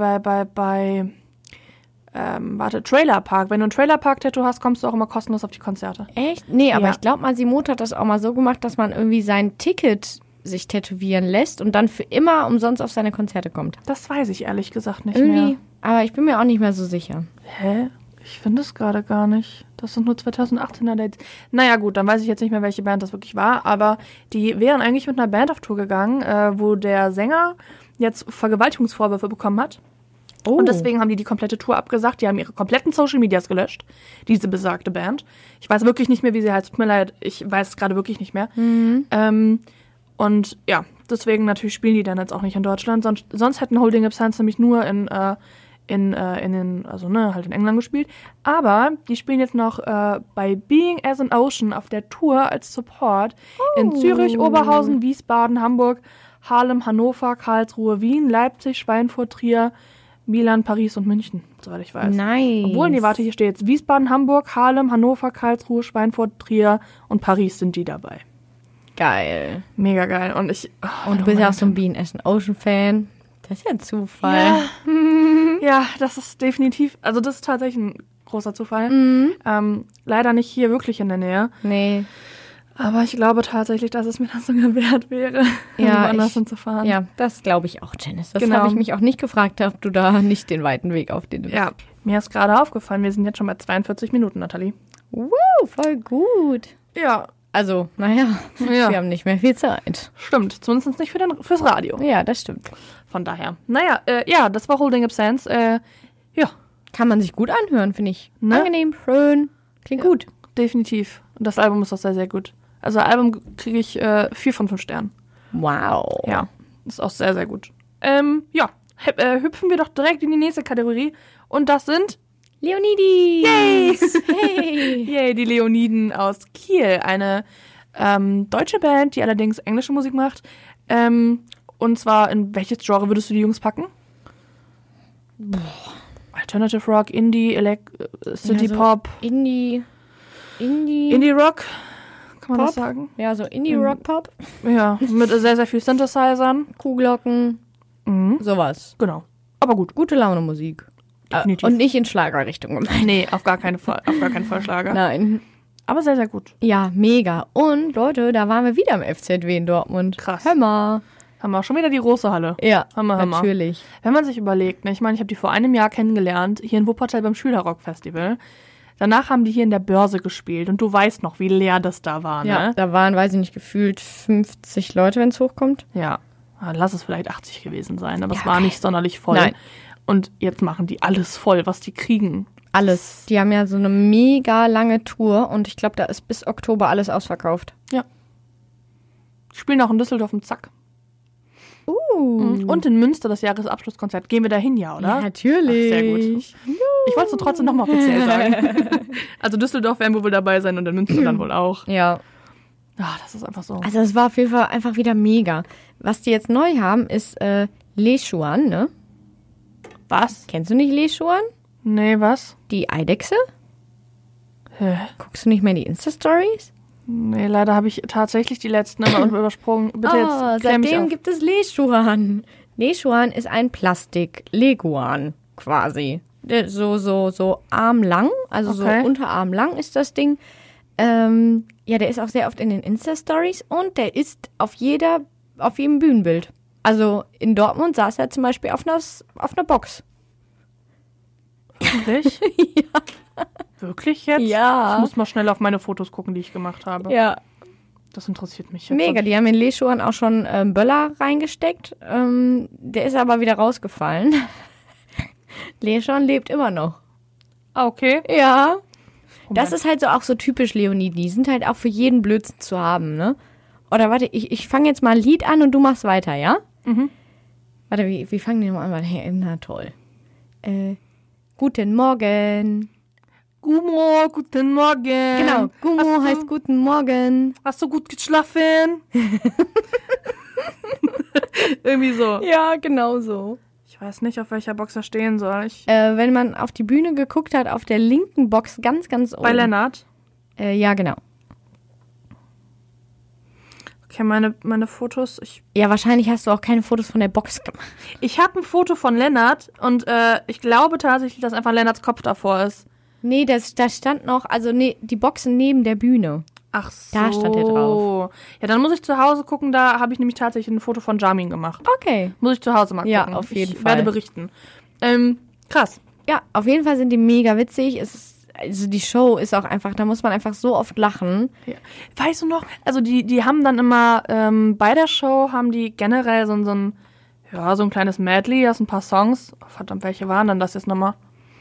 Trailer Park. Wenn du ein Trailer Park Tattoo hast, kommst du auch immer kostenlos auf die Konzerte. Echt? Nee, aber Ja. ich glaube, Masimoto hat das auch mal so gemacht, dass man irgendwie sein Ticket sich tätowieren lässt und dann für immer umsonst auf seine Konzerte kommt. Das weiß ich ehrlich gesagt nicht Irgendwie, mehr. aber ich bin mir auch nicht mehr so sicher. Hä? Ich finde es gerade gar nicht. Das sind nur 2018er Dates. Naja gut, dann weiß ich jetzt nicht mehr, welche Band das wirklich war, aber die wären eigentlich mit einer Band auf Tour gegangen, wo der Sänger jetzt Vergewaltigungsvorwürfe bekommen hat. Oh. Und deswegen haben die komplette Tour abgesagt. Die haben ihre kompletten Social Medias gelöscht, diese besagte Band. Ich weiß wirklich nicht mehr, wie sie heißt. Tut mir leid, ich weiß es gerade wirklich nicht mehr. Und ja, deswegen natürlich spielen die dann jetzt auch nicht in Deutschland. Sonst hätten Holding Up Sands nämlich nur halt in England gespielt. Aber die spielen jetzt noch bei Being as an Ocean auf der Tour als Support in Zürich, Oberhausen, Wiesbaden, Hamburg, Haarlem, Hannover, Karlsruhe, Wien, Leipzig, Schweinfurt, Trier, Milan, Paris und München, soweit ich weiß. Nice. Obwohl, nee, warte, hier steht jetzt Wiesbaden, Hamburg, Haarlem, Hannover, Karlsruhe, Schweinfurt, Trier und Paris sind die dabei. Geil. Mega geil. Und Und du bist ja auch so ein Bean as an Ocean Fan. Das ist ja ein Zufall. Ja, das ist definitiv, also das ist tatsächlich ein großer Zufall. Leider nicht hier wirklich in der Nähe. Nee. Aber ich glaube tatsächlich, dass es mir das sogar wert wäre, woanders hinzufahren. Ja, das glaube ich auch, Janice. Das Genau. habe ich mich auch nicht gefragt, ob du da nicht den weiten Weg auf den Ja, mir ist gerade aufgefallen, wir sind jetzt schon bei 42 Minuten, Nathalie. Voll gut. Ja, Also, naja, wir haben nicht mehr viel Zeit. stimmt. Zumindest nicht fürs Radio. Ja, das stimmt. Von daher. Naja, das war Holding Up Sands. Ja, Kann man sich gut anhören, finde ich. Ne? Angenehm, schön, klingt gut. definitiv. Und das Album ist auch sehr, sehr gut. Also Album kriege ich 4 von 5 Sternen. Wow. Ja, ist auch sehr, sehr gut. Hüpfen wir doch direkt in die nächste Kategorie. Und das sind Leonidis! Hey! Yay, die Leoniden aus Kiel. Eine deutsche Band, die allerdings englische Musik macht. Und zwar, in welches Genre würdest du die Jungs packen? Alternative Rock, Indie, City Pop, Indie Indie-Rock, kann man Pop? das sagen? Ja, so Indie-Rock-Pop. Ja, mit sehr, sehr viel Synthesizern. Kuhglocken, sowas. Genau. Aber gut. Gute Laune-Musik. Definitiv. Und nicht in Schlagerrichtung gemeint. Nee, auf gar keinen Vollschlager. Nein. Aber sehr, sehr gut. Ja, mega. Und Leute, da waren wir wieder im FZW in Dortmund. Krass. Hör mal. Haben wir auch schon wieder die große Halle. Ja, Hammer. natürlich. Wenn man sich überlegt, ne, ich meine, ich habe die vor einem Jahr kennengelernt, hier in Wuppertal beim Schülerrock-Festival. Danach haben die hier in der Börse gespielt und du weißt noch, wie leer das da war, ne? Ja, da waren, weiß ich nicht, gefühlt 50 Leute, wenn es hochkommt. Ja. Lass es vielleicht 80 gewesen sein, aber Ja, es war nicht sonderlich voll. Nein. Und jetzt machen die alles voll, was die kriegen. Alles. Die haben ja so eine mega lange Tour und ich glaube, da ist bis Oktober alles ausverkauft. Ja. Die spielen auch in Düsseldorf im Zack. Und in Münster das Jahresabschlusskonzert. Gehen wir da hin, ja, oder? Ja, natürlich. Ach, sehr gut. Ich wollte es trotzdem nochmal offiziell sagen. Also Düsseldorf werden wir wohl dabei sein und in Münster dann wohl auch. Ja. Das ist einfach so. Also es war auf jeden Fall einfach wieder mega. Was die jetzt neu haben, ist Lechuan, ne? Was? Kennst du nicht Lechuan? Nee, was? Die Eidechse? Hä? Guckst du nicht mehr die Insta-Stories? Nee, leider habe ich tatsächlich die letzten immer übersprungen. Bitte jetzt klär mich seitdem auf. gibt es Lechuan. Lechuan ist ein Plastik-Leguan quasi. Der so armlang, also Okay. so unterarmlang ist das Ding. Der ist auch sehr oft in den Insta-Stories und der ist auf jedem Bühnenbild. Also in Dortmund saß er zum Beispiel auf einer Box. Wirklich? Ja. Wirklich jetzt? Ja. Ich muss mal schnell auf meine Fotos gucken, die ich gemacht habe. Ja, Das interessiert mich jetzt. mega. Die haben in Lechuan auch schon Böller reingesteckt. Der ist aber wieder rausgefallen. Lechuan lebt immer noch. Ah, okay. Ja. Das Moment. ist halt so auch so typisch Leonie. Die sind halt auch für jeden Blödsinn zu haben, ne? Oder warte, ich fange jetzt mal ein Lied an und du machst weiter, ja? Mhm. Warte, wie fangen die nochmal an? Hey, na toll. Guten Morgen. Gumo, guten Morgen. Genau, Gummo heißt guten Morgen. Hast du gut geschlafen? Irgendwie so. Ja, genau so. Ich weiß nicht, auf welcher Box er stehen soll. Wenn man auf die Bühne geguckt hat, auf der linken Box ganz, ganz oben. Bei Lennart. Ja, genau. Okay, meine Fotos. Ja, wahrscheinlich hast du auch keine Fotos von der Box gemacht. Ich habe ein Foto von Lennart und ich glaube tatsächlich, dass einfach Lennarts Kopf davor ist. Nee, da stand noch, die Boxen neben der Bühne. Ach so. Da stand er drauf. Ja, dann muss ich zu Hause gucken. Da habe ich nämlich tatsächlich ein Foto von Jamin gemacht. Okay. Muss ich zu Hause mal gucken. Ja, auf jeden Ich Fall. werde berichten. Krass. Ja, auf jeden Fall sind die mega witzig. Also die Show ist auch einfach, da muss man einfach so oft lachen. Ja. Weißt du noch, also die haben dann immer, bei der Show haben die generell so ein kleines Medley aus ein paar Songs. Oh, verdammt, welche waren dann das jetzt nochmal?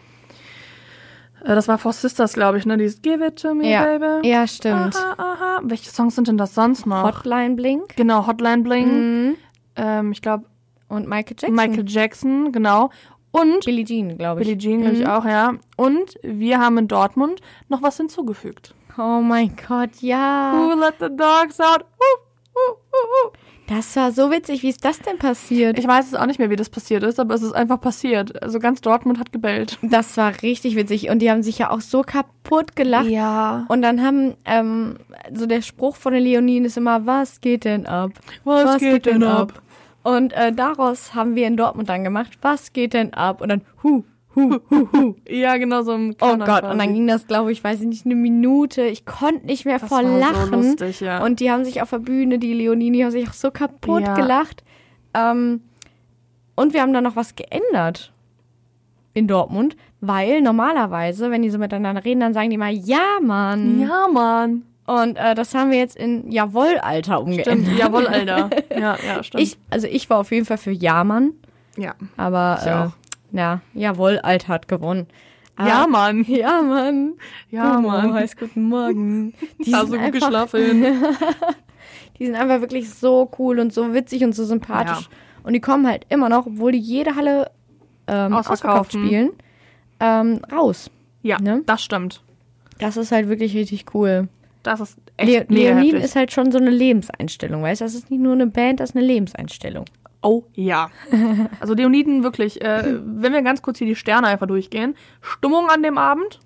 Das war Four Sisters, glaube ich, ne? Dieses Give it to me, Ja, baby. ja, stimmt. Aha. Welche Songs sind denn das sonst noch? Hotline Blink Genau, Hotline Bling. Ich glaube, und Michael Jackson. Michael Jackson, genau. Und Billie Jean, glaube ich. Billie Jean, glaube ich auch, ja. Und wir haben in Dortmund noch was hinzugefügt. Oh mein Gott, ja. Who let the dogs out? Das war so witzig. Wie ist das denn passiert? Ich weiß es auch nicht mehr, wie das passiert ist, aber es ist einfach passiert. Also ganz Dortmund hat gebellt. Das war richtig witzig. Und die haben sich ja auch so kaputt gelacht. Ja. Und dann haben, so der Spruch von der Leonine ist immer, was geht denn ab? Was geht denn ab? Und daraus haben wir in Dortmund dann gemacht, was geht denn ab? Und dann, hu. Ja, genau, so im Oh Countdown Gott, quasi. und dann ging das, glaube ich, weiß ich nicht, eine Minute. Ich konnte nicht mehr Das vor war so Lachen. lustig, ja. Und die haben sich auf der Bühne, die Leonini, haben sich auch so kaputt Ja. gelacht. Und wir haben dann noch was geändert in Dortmund, weil normalerweise, wenn die so miteinander reden, dann sagen die mal, ja, Mann. Ja, Mann. Und das haben wir jetzt in Jawohl, Alter umgeändert. Stimmt, jawohl, Alter. Ja, stimmt. Ich war auf jeden Fall für Ja, Mann. Ja. Aber, Ich auch. Jawohl, Alter hat gewonnen. Ja, Aber- Mann. Ja, Mann. Ja, Guten Mann. heißt guten Morgen. Die Hast du sind gut einfach- geschlafen? Die sind einfach wirklich so cool und so witzig und so sympathisch. Ja. Und die kommen halt immer noch, obwohl die jede Halle ausverkauft Ausverkaufen. spielen, raus. Ja, Ne? das stimmt. Das ist halt wirklich richtig cool. Das ist echt mega Leonin heftig. ist halt schon so eine Lebenseinstellung, weißt du? Das ist nicht nur eine Band, das ist eine Lebenseinstellung. Oh ja. Also Leoniden wirklich, wenn wir ganz kurz hier die Sterne einfach durchgehen. Stimmung an dem Abend?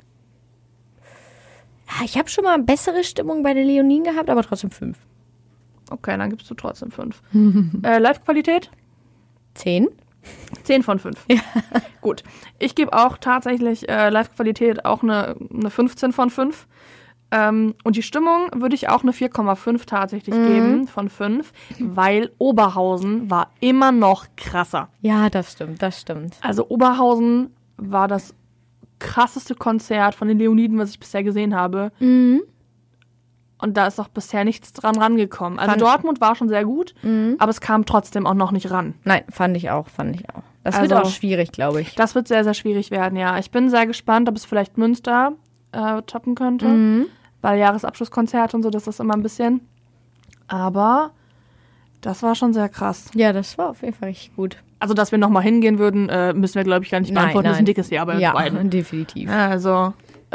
Ich habe schon mal bessere Stimmung bei der Leonin gehabt, aber trotzdem 5. Okay, dann gibst du trotzdem 5. Live-Qualität? 10? 10 von 5. Ja. Gut. Ich gebe auch tatsächlich Live-Qualität auch eine 15 von 5. Und die Stimmung würde ich auch eine 4,5 tatsächlich geben von 5, weil Oberhausen war immer noch krasser. Ja, das stimmt. Also Oberhausen war das krasseste Konzert von den Leoniden, was ich bisher gesehen habe. Mhm. Und da ist auch bisher nichts dran rangekommen. Also Fand- Dortmund war schon sehr gut, aber es kam trotzdem auch noch nicht ran. Nein, fand ich auch. Das wird Also- auch schwierig, glaube ich. Das wird sehr, sehr schwierig werden, ja. Ich bin sehr gespannt, ob es vielleicht Münster toppen könnte. Weil Jahresabschlusskonzert und so, das ist immer ein bisschen. Aber das war schon sehr krass. Ja, das war auf jeden Fall richtig gut. Also, dass wir nochmal hingehen würden, müssen wir, glaube ich, gar nicht beantworten. Das ist ein dickes Jahr bei uns Ja, beiden. definitiv. Ja, also,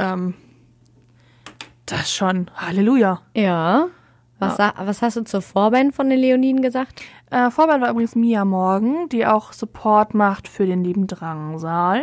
das schon. Halleluja. Ja. Was hast du zur Vorband von den Leoniden gesagt? Vorband war übrigens Mia Morgan, die auch Support macht für den lieben Drangsal.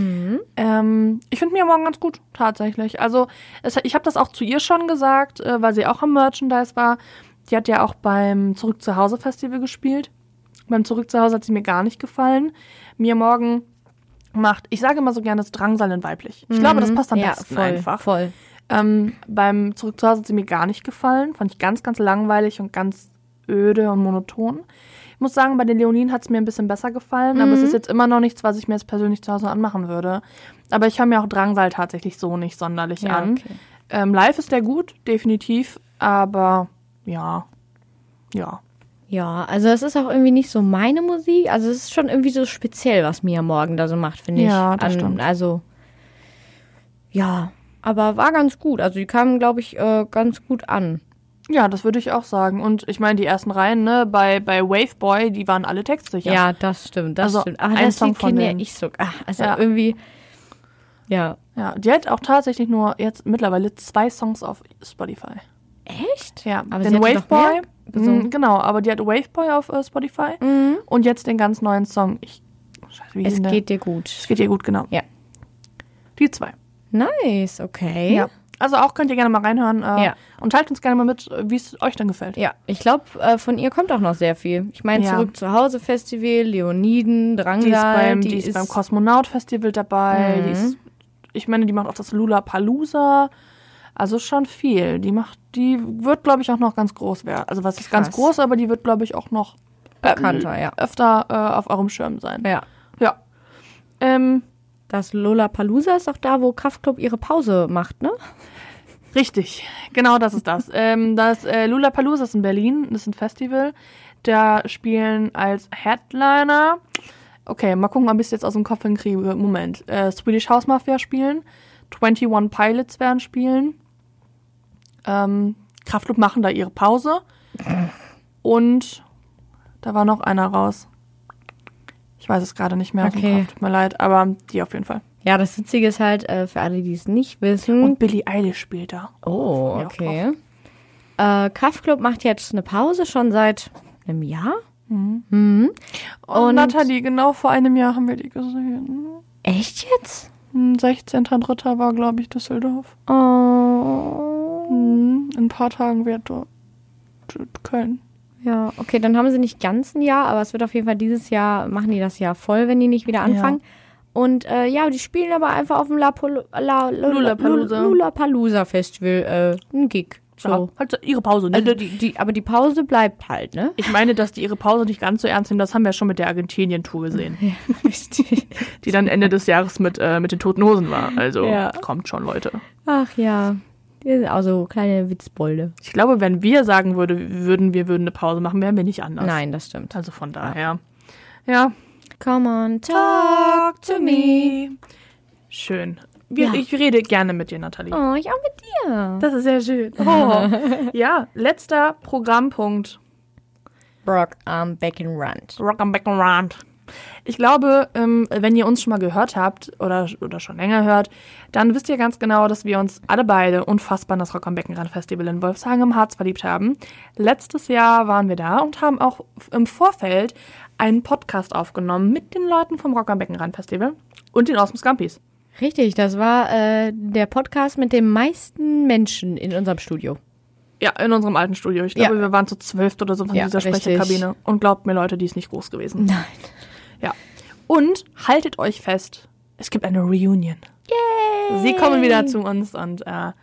Ich finde Mia Morgan ganz gut, tatsächlich. Also ich habe das auch zu ihr schon gesagt, weil sie auch am Merchandise war. Die hat ja auch beim Zurück zu Hause Festival gespielt. Beim Zurück zu Hause hat sie mir gar nicht gefallen. Mia Morgan macht, ich sage immer so gerne, das Drangsal in weiblich. Ich glaube, das passt am besten voll, einfach. Voll. Beim Zurück zu Hause hat sie mir gar nicht gefallen. Fand ich ganz, ganz langweilig und ganz öde und monoton. Ich muss sagen, bei den Leoninen hat es mir ein bisschen besser gefallen, aber es ist jetzt immer noch nichts, was ich mir jetzt persönlich zu Hause anmachen würde. Aber ich höre mir auch Drangsal tatsächlich so nicht sonderlich Ja, an. okay. Live ist der gut, definitiv, aber ja. Ja, also es ist auch irgendwie nicht so meine Musik. Also es ist schon irgendwie so speziell, was Mia Morgan da so macht, finde ich. Ja, das stimmt. Also, ja, aber war ganz gut. Also die kamen, glaube ich, ganz gut an. Ja, das würde ich auch sagen. Und ich meine, die ersten Reihen, ne, bei Waveboy, die waren alle textsicher. Ja, das stimmt, Also stimmt. Aber ein das Song Lied von kenne ja denen. ich so. Also Ja. irgendwie, ja. Ja, die hat auch tatsächlich nur jetzt mittlerweile 2 Songs auf Spotify. Echt? Ja, Aber den sie hatte doch Waveboy, mehr gesungen. genau, aber die hat Waveboy auf Spotify und jetzt den ganz neuen Song. Scheiße, wie hieß Es denn der? geht dir gut. Es geht dir gut, genau. Ja. Die 2. Nice, okay. Ja. Also auch könnt ihr gerne mal reinhören Ja. und teilt uns gerne mal mit, wie es euch dann gefällt. Ja, ich glaube, von ihr kommt auch noch sehr viel. Ich meine, Ja. Zurück zu Hause Festival, Leoniden, Die ist Drangsal. beim Kosmonaut Festival dabei. Die ist, ich meine, die macht auch das Lollapalooza. Also schon viel. Die wird, glaube ich, auch noch ganz groß werden. Also was ist ganz Krass. groß, aber die wird, glaube ich, auch noch Bekannter, ja. öfter auf eurem Schirm sein. Ja. Ja. Das Lollapalooza ist auch da, wo Kraftklub ihre Pause macht, ne? Richtig, genau das ist das. Das Lollapalooza ist in Berlin, das ist ein Festival. Da spielen als Headliner, okay, mal gucken, ob ich es jetzt aus dem Kopf hinkriege. Moment. Swedish House Mafia spielen, 21 Pilots werden spielen. Kraftklub machen da ihre Pause. Und da war noch einer raus. Ich weiß es gerade nicht mehr. aus dem Okay. Kopf, tut mir leid, aber die auf jeden Fall. Ja, das Witzige ist halt, für alle, die es nicht wissen. Und Billie Eilish spielt da. Oh, Ja, okay. Kraftklub macht jetzt eine Pause schon seit einem Jahr. Und Nathalie, genau vor einem Jahr haben wir die gesehen. Echt jetzt? 16.03. war, glaube ich, Düsseldorf. Oh. In ein paar Tagen wird dort Köln. Ja, okay, dann haben sie nicht ganz ein Jahr, aber es wird auf jeden Fall dieses Jahr, machen die das Jahr voll, wenn die nicht wieder anfangen. Und die spielen aber einfach auf dem Lollapalooza Festival einen Gig. So. Ja, halt so ihre Pause. Ne? Also aber die Pause bleibt halt, ne? Ich meine, dass die ihre Pause nicht ganz so ernst nehmen, das haben wir ja schon mit der Argentinien-Tour gesehen. Ja, richtig. Die dann Ende des Jahres mit den Toten Hosen war. Also Ja. kommt schon, Leute. Ach ja. Die sind auch so kleine Witzbolde. Ich glaube, wenn wir sagen würden eine Pause machen, wären wir nicht anders. Nein, das stimmt. Also von daher. Ja. Come on, talk to me. Schön. Ja. Ich rede gerne mit dir, Nathalie. Oh, ich auch mit dir. Das ist sehr schön. Oh. Ja, letzter Programmpunkt. Rock am Beckenrand. Rock am Beckenrand. Ich glaube, wenn ihr uns schon mal gehört habt oder schon länger hört, dann wisst ihr ganz genau, dass wir uns alle beide unfassbar in das Rock am Beckenrand Festival in Wolfshagen im Harz verliebt haben. Letztes Jahr waren wir da und haben auch im Vorfeld einen Podcast aufgenommen mit den Leuten vom Rock am Beckenrand Festival und den Awesome Scampis. Richtig, das war der Podcast mit den meisten Menschen in unserem Studio. Ja, in unserem alten Studio. Ich glaube, Ja. wir waren zu 12 oder so von Ja, dieser richtig. Sprecherkabine. Und glaubt mir, Leute, die ist nicht groß gewesen. Nein. Ja. Und haltet euch fest, es gibt eine Reunion. Yay! Sie kommen wieder zu uns und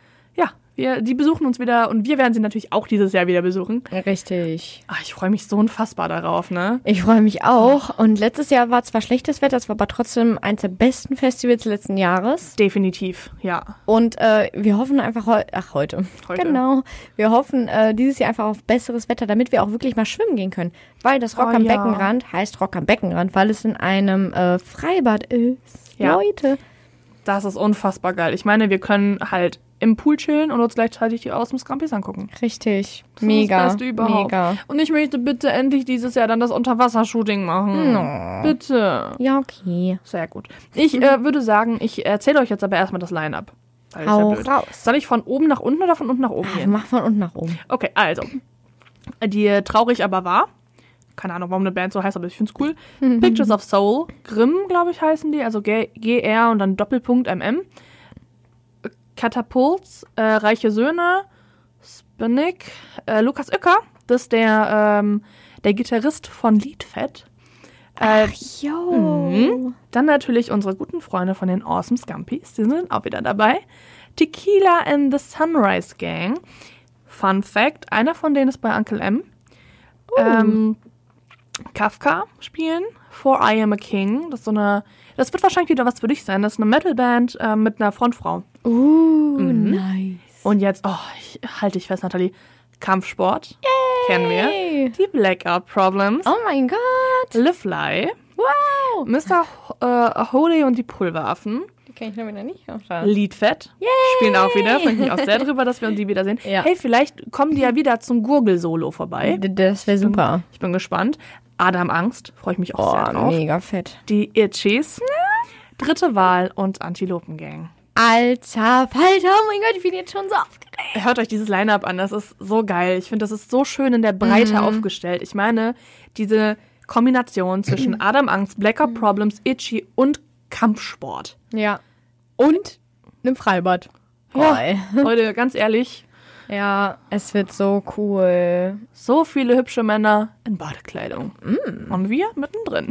die besuchen uns wieder und wir werden sie natürlich auch dieses Jahr wieder besuchen. Richtig. Ach, ich freue mich so unfassbar darauf, ne? Ich freue mich auch. Und letztes Jahr war zwar schlechtes Wetter, es war aber trotzdem eins der besten Festivals letzten Jahres. Definitiv, ja. Und wir hoffen einfach heute. Genau. Wir hoffen dieses Jahr einfach auf besseres Wetter, damit wir auch wirklich mal schwimmen gehen können. Weil das Rock am ja. Beckenrand heißt Rock am Beckenrand, weil es in einem Freibad ist. Ja. Leute. Das ist unfassbar geil. Ich meine, wir können halt im Pool chillen und uns gleichzeitig die Awesome Scampis angucken. Richtig. Das Mega. ist das Beste überhaupt. Mega. Und ich möchte bitte endlich dieses Jahr dann das Unterwassershooting machen. No. Bitte. Ja, okay. Sehr gut. Ich würde sagen, ich erzähle euch jetzt aber erstmal das Line-Up. Weil das ist ja Hau blöd. raus. Soll ich von oben nach unten oder von unten nach oben gehen? Mach von unten nach oben. Okay, also. Die Traurig aber wahr. Keine Ahnung, warum eine Band so heißt, aber ich find's cool. Pictures of Soul. Grimm, glaube ich, heißen die. Also GR und dann Doppelpunkt MM. Katapults. Reiche Söhne. Spinnick. Lukas Uecker. Das ist der Gitarrist von Liedfett. Dann natürlich unsere guten Freunde von den Awesome Scampis. Die sind auch wieder dabei. Tequila and the Sunrise Gang. Fun Fact, einer von denen ist bei Uncle M. Kafka spielen. For I Am a King. Das wird wahrscheinlich wieder was für dich sein. Das ist eine Metalband mit einer Frontfrau. Nice. Und jetzt, halte dich fest, Nathalie. Kampfsport. Kennen wir. Die Blackout Problems. Oh mein Gott. Live Lie. Wow. Mr. Holy und die Pulveraffen. Die kenne ich nämlich noch nicht. Liedfett. Spielen auch wieder. Freue ich mich auch sehr drüber, dass wir die wiedersehen. Ja. Hey, vielleicht kommen die ja wieder zum Gurgel-Solo vorbei. Das wäre super. Ich bin gespannt. Adam Angst. Freue ich mich auch sehr drauf. Mega fett. Die Itchies. Dritte Wahl und Antilopengang. Alter Falter, oh mein Gott, ich bin jetzt schon so aufgeregt. Hört euch dieses Line-Up an, das ist so geil. Ich finde, das ist so schön in der Breite aufgestellt. Ich meine, diese Kombination zwischen Adam Angst, Blackout Problems, Itchy und Kampfsport. Ja. Und einem Freibad. Ja, Leute, ganz ehrlich, Ja, es wird so cool. so viele hübsche Männer in Badekleidung. Und wir mittendrin.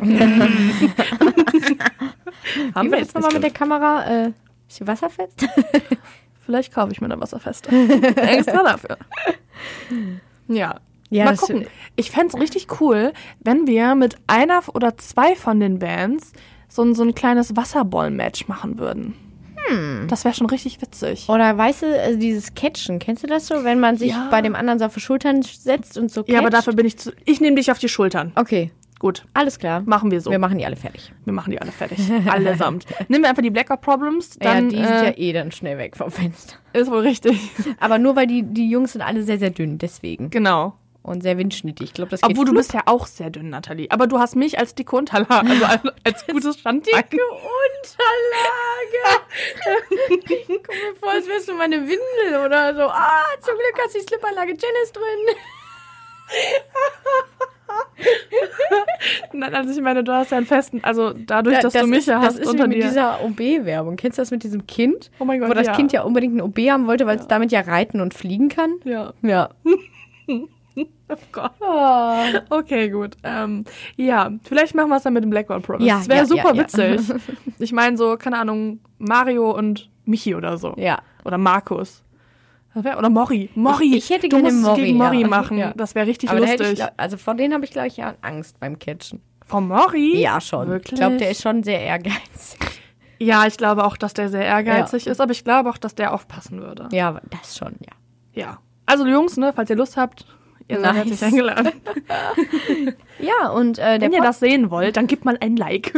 Haben wir jetzt nochmal mit der Kamera, ist sie wasserfest? Vielleicht kaufe ich mir eine Wasserfeste. Extra dafür. Ja. Ja, Mal das- gucken. Ich fände es richtig cool, wenn wir mit einer oder zwei von den Bands so ein kleines Wasserball-Match machen würden. Das wäre schon richtig witzig. Oder weißt du, also dieses Catchen, kennst du das so? Wenn man sich Ja. bei dem anderen so auf die Schultern setzt und so catcht? Ja, aber dafür bin ich nehme dich auf die Schultern. Okay, Gut, alles klar. machen wir so. Wir machen die alle fertig. Wir machen die alle fertig. Allesamt. Nehmen wir einfach die Blackout Problems, dann ja, die sind ja eh dann schnell weg vom Fenster. ist wohl richtig. Aber nur, weil die Jungs sind alle sehr, sehr dünn, deswegen. Genau. Und sehr windschnittig. Ich glaube, das geht Obwohl du bist ja auch sehr dünn, Nathalie. Aber du hast mich als dicke Unterlage, also als gutes Standbein. Dicke Unterlage. Komm mir vor, als wärst du meine Windel oder so. Ah, zum Glück hast du die Slipanlage Janice drin. Nein, also ich meine, du hast ja einen festen, also dadurch, dass du mich ja hast das ist unter wie mit dir. dieser OB-Werbung. Kennst du das mit diesem Kind? Oh mein Gott, Wo das ja. Kind ja unbedingt ein OB haben wollte, weil es damit ja reiten und fliegen kann? Ja. Ja. Oh Gott. Oh. Okay, gut. Ja, vielleicht machen wir es dann mit dem Blackout Brothers. Ja, das wäre ja, super ja. witzig. Ich meine so, keine Ahnung, Mario und Michi oder so. Ja. Oder Markus. Oder Mori. Mori. Ich hätte du gerne musst es Mori, gegen Mori ja. machen. Ja. Das wäre richtig Aber da lustig. hätte also vor denen habe ich, glaube ich, ja Angst beim Catchen. Vom Mori? Ja, schon. Wirklich? Ich glaube, der ist schon sehr ehrgeizig. Ja, ich glaube auch, dass der sehr ehrgeizig ist, aber ich glaube auch, dass der aufpassen würde. Ja, das schon, ja. Ja. Also Jungs, ne, falls ihr Lust habt, ihr seid Nice. herzlich eingeladen. Ja, und Wenn ihr das sehen wollt, dann gebt mal ein Like.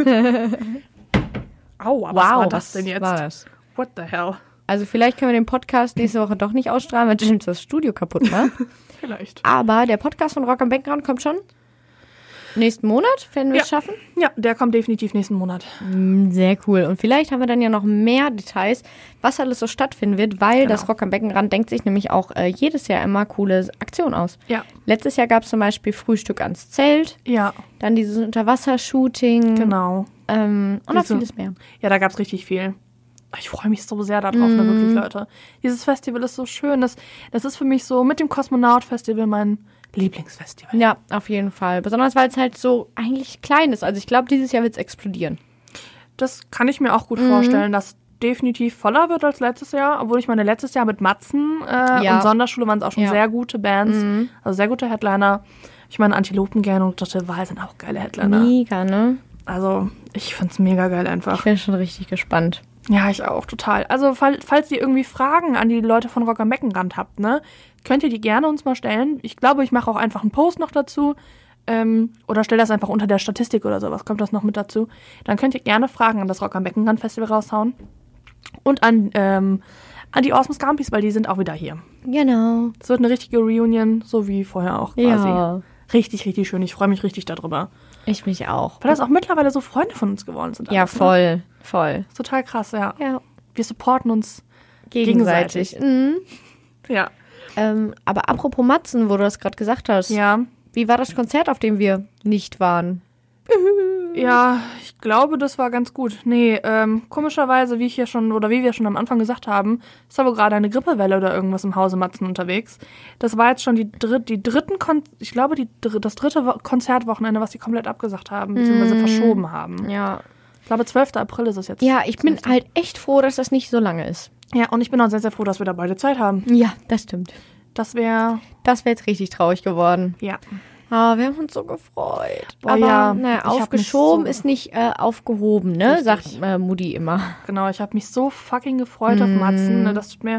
Aua, was war das denn jetzt? War das? What the hell? Also vielleicht können wir den Podcast nächste Woche doch nicht ausstrahlen, weil James das Studio kaputt macht. Vielleicht. Aber der Podcast von Rock am Beckenrand kommt schon nächsten Monat, wenn wir es schaffen. Ja, der kommt definitiv nächsten Monat. Sehr cool. Und vielleicht haben wir dann ja noch mehr Details, was alles so stattfinden wird, weil Genau. das Rock am Beckenrand denkt sich nämlich auch jedes Jahr immer coole Aktionen aus. Ja. Letztes Jahr gab es zum Beispiel Frühstück ans Zelt, Ja, dann dieses Unterwassershooting genau. und noch Diese- vieles mehr. Ja, da gab's richtig viel. Ich freue mich so sehr darauf, ne, wirklich, Leute. Dieses Festival ist so schön. Das ist für mich so mit dem Kosmonaut-Festival mein Lieblingsfestival. Ja, auf jeden Fall. Besonders, weil es halt so eigentlich klein ist. Also ich glaube, dieses Jahr wird es explodieren. Das kann ich mir auch gut vorstellen, dass definitiv voller wird als letztes Jahr. Obwohl ich meine, letztes Jahr mit Matzen Ja. und Sonderschule waren es auch schon Ja. sehr gute Bands. Also sehr gute Headliner. Ich meine, Antilopen und Dritte Wahl sind auch geile Headliner. Mega, ne? Also ich find's mega geil Ich einfach. bin schon richtig gespannt. Ja, ich auch, total. Also, falls ihr irgendwie Fragen an die Leute von Rock am Beckenrand habt, ne, könnt ihr die gerne uns mal stellen. Ich glaube, ich mache auch einfach einen Post noch dazu. Oder stell das einfach unter der Statistik oder sowas. Kommt das noch mit dazu? Dann könnt ihr gerne Fragen an das Rock am Beckenrand Festival raushauen. Und an die Awesome Scampis, weil die sind auch wieder hier. Genau. Es wird eine richtige Reunion, so wie vorher auch quasi. Ja. Richtig, richtig schön. Ich freue mich richtig darüber. Ich mich auch. Weil das auch mittlerweile so Freunde von uns geworden sind. Ja, alles, ne? voll. Voll. Ist total krass, ja. Ja. Wir supporten uns. Gegenseitig. Mhm. Ja. Aber apropos Matzen, wo du das gerade gesagt hast. Ja. Wie war das Konzert, auf dem wir nicht waren? Ja, ich glaube, das war ganz gut. Nee, komischerweise, wie wir schon am Anfang gesagt haben, ist da wohl gerade eine Grippewelle oder irgendwas im Hause Matzen unterwegs. Das war jetzt schon das dritte Konzertwochenende, was die komplett abgesagt haben, beziehungsweise verschoben haben. Ja. Ich glaube, 12. April ist es jetzt. Ja, ich bin halt echt froh, dass das nicht so lange ist. Ja, und ich bin auch sehr, sehr froh, dass wir da beide Zeit haben. Ja, das stimmt. Das wäre, Das wäre jetzt richtig traurig geworden. ja. Ah, wir haben uns so gefreut. Boah, Aber ja. naja, Ich hab mich aufgeschoben so- ist nicht aufgehoben, ne? Richtig. Sagt Mutti immer. Genau, ich habe mich so fucking gefreut auf Matzen. Ne, das tut mir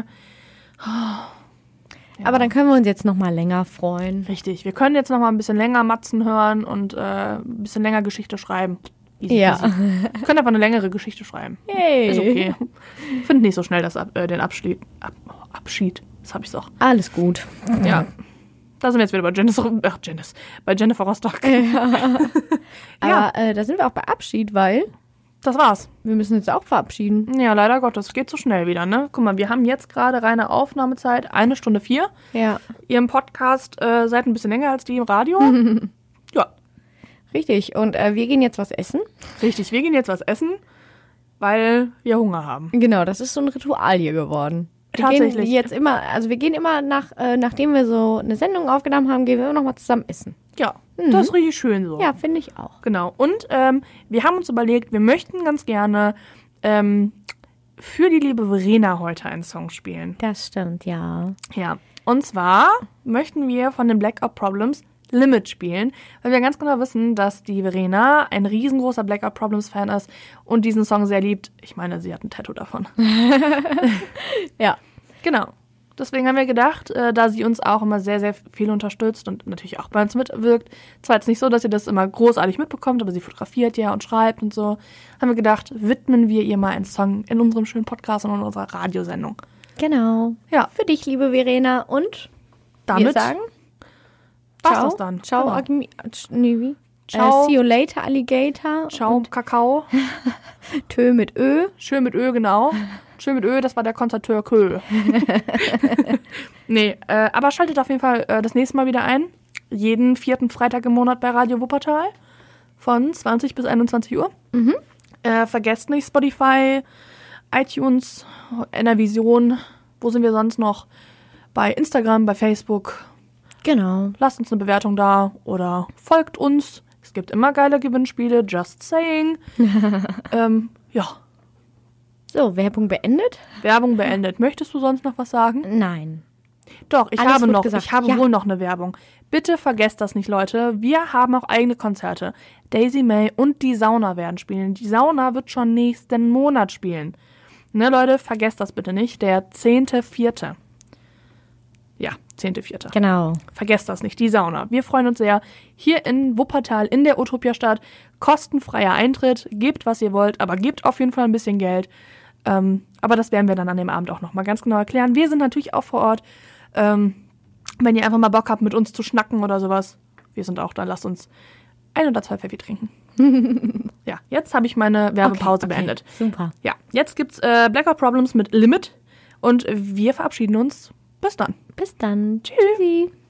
Aber dann können wir uns jetzt noch mal länger freuen. richtig. Wir können jetzt noch mal ein bisschen länger Matzen hören und ein bisschen länger Geschichte schreiben. Easy, Ja. easy. Wir können einfach eine längere Geschichte schreiben. Yay. Ist okay. Finde nicht so schnell den Abschied. Das habe ich auch. Alles gut. Ja. Da sind wir jetzt wieder bei Jennifer Rostock. Aber da sind wir auch bei Abschied, weil Das war's. wir müssen uns auch verabschieden. Ja, leider Gottes. Geht so schnell wieder, ne? Guck mal, wir haben jetzt gerade reine Aufnahmezeit, 1:04. Ja, Ihr im Podcast seid ein bisschen länger als die im Radio. Ja, richtig. Und wir gehen jetzt was essen. richtig. Wir gehen jetzt was essen, weil wir Hunger haben. Genau, das ist so ein Ritual hier geworden. Tatsächlich. Wir gehen immer nachdem wir so eine Sendung aufgenommen haben, gehen wir immer noch mal zusammen essen. Ja, das ist richtig schön so. Ja, finde ich auch. Genau. Und wir haben uns überlegt, wir möchten ganz gerne für die liebe Verena heute einen Song spielen. Das stimmt, ja. Ja. Und zwar möchten wir von den Blackout Problems Limit spielen, weil wir ganz genau wissen, dass die Verena ein riesengroßer Blackout Problems Fan ist und diesen Song sehr liebt. Ich meine, sie hat ein Tattoo davon. Ja. Genau. Deswegen haben wir gedacht, da sie uns auch immer sehr, sehr viel unterstützt und natürlich auch bei uns mitwirkt, zwar jetzt nicht so, dass ihr das immer großartig mitbekommt, aber sie fotografiert ja und schreibt und so, haben wir gedacht, widmen wir ihr mal einen Song in unserem schönen Podcast und in unserer Radiosendung. Genau. Ja, Für dich, liebe Verena. Und damit wir sagen war's ciao. das dann. Ciao, Genau. wie? Ciao. See you later, Alligator. Ciao, Kakao. Tö mit Ö. Schön mit Ö, genau. Schön mit Ö, das war der Konzerteur Kö. Nee, aber schaltet auf jeden Fall das nächste Mal wieder ein. Jeden 4. Freitag im Monat bei Radio Wuppertal. Von 20 bis 21 Uhr. Vergesst nicht Spotify, iTunes, NRVision. Wo sind wir sonst noch? Bei Instagram, bei Facebook. Genau. Lasst uns eine Bewertung da oder folgt uns. Es gibt immer geile Gewinnspiele, just saying. Ja. So, Werbung beendet? Werbung beendet. Möchtest du sonst noch was sagen? Nein. Doch, ich Alles habe wird noch. gesagt. Ich habe Ja. wohl noch eine Werbung. Bitte vergesst das nicht, Leute. Wir haben auch eigene Konzerte. Daisy May und die Sauna werden spielen. Die Sauna wird schon nächsten Monat spielen. Ne, Leute, vergesst das bitte nicht. Der 10.4. Ja, 10.4. Genau. Vergesst das nicht, die Sauna. Wir freuen uns sehr. Hier in Wuppertal, in der Utopia-Stadt, kostenfreier Eintritt. Gebt, was ihr wollt, aber gebt auf jeden Fall ein bisschen Geld. Aber das werden wir dann an dem Abend auch nochmal ganz genau erklären. Wir sind natürlich auch vor Ort. Wenn ihr einfach mal Bock habt, mit uns zu schnacken oder sowas, wir sind auch da. Lasst uns 1 oder 2 Pfeffi trinken. Ja, jetzt habe ich meine Werbepause beendet. Super. Ja, jetzt gibt's Blackout Problems mit Limit und wir verabschieden uns. Bis dann. Bis dann. Tschüssi.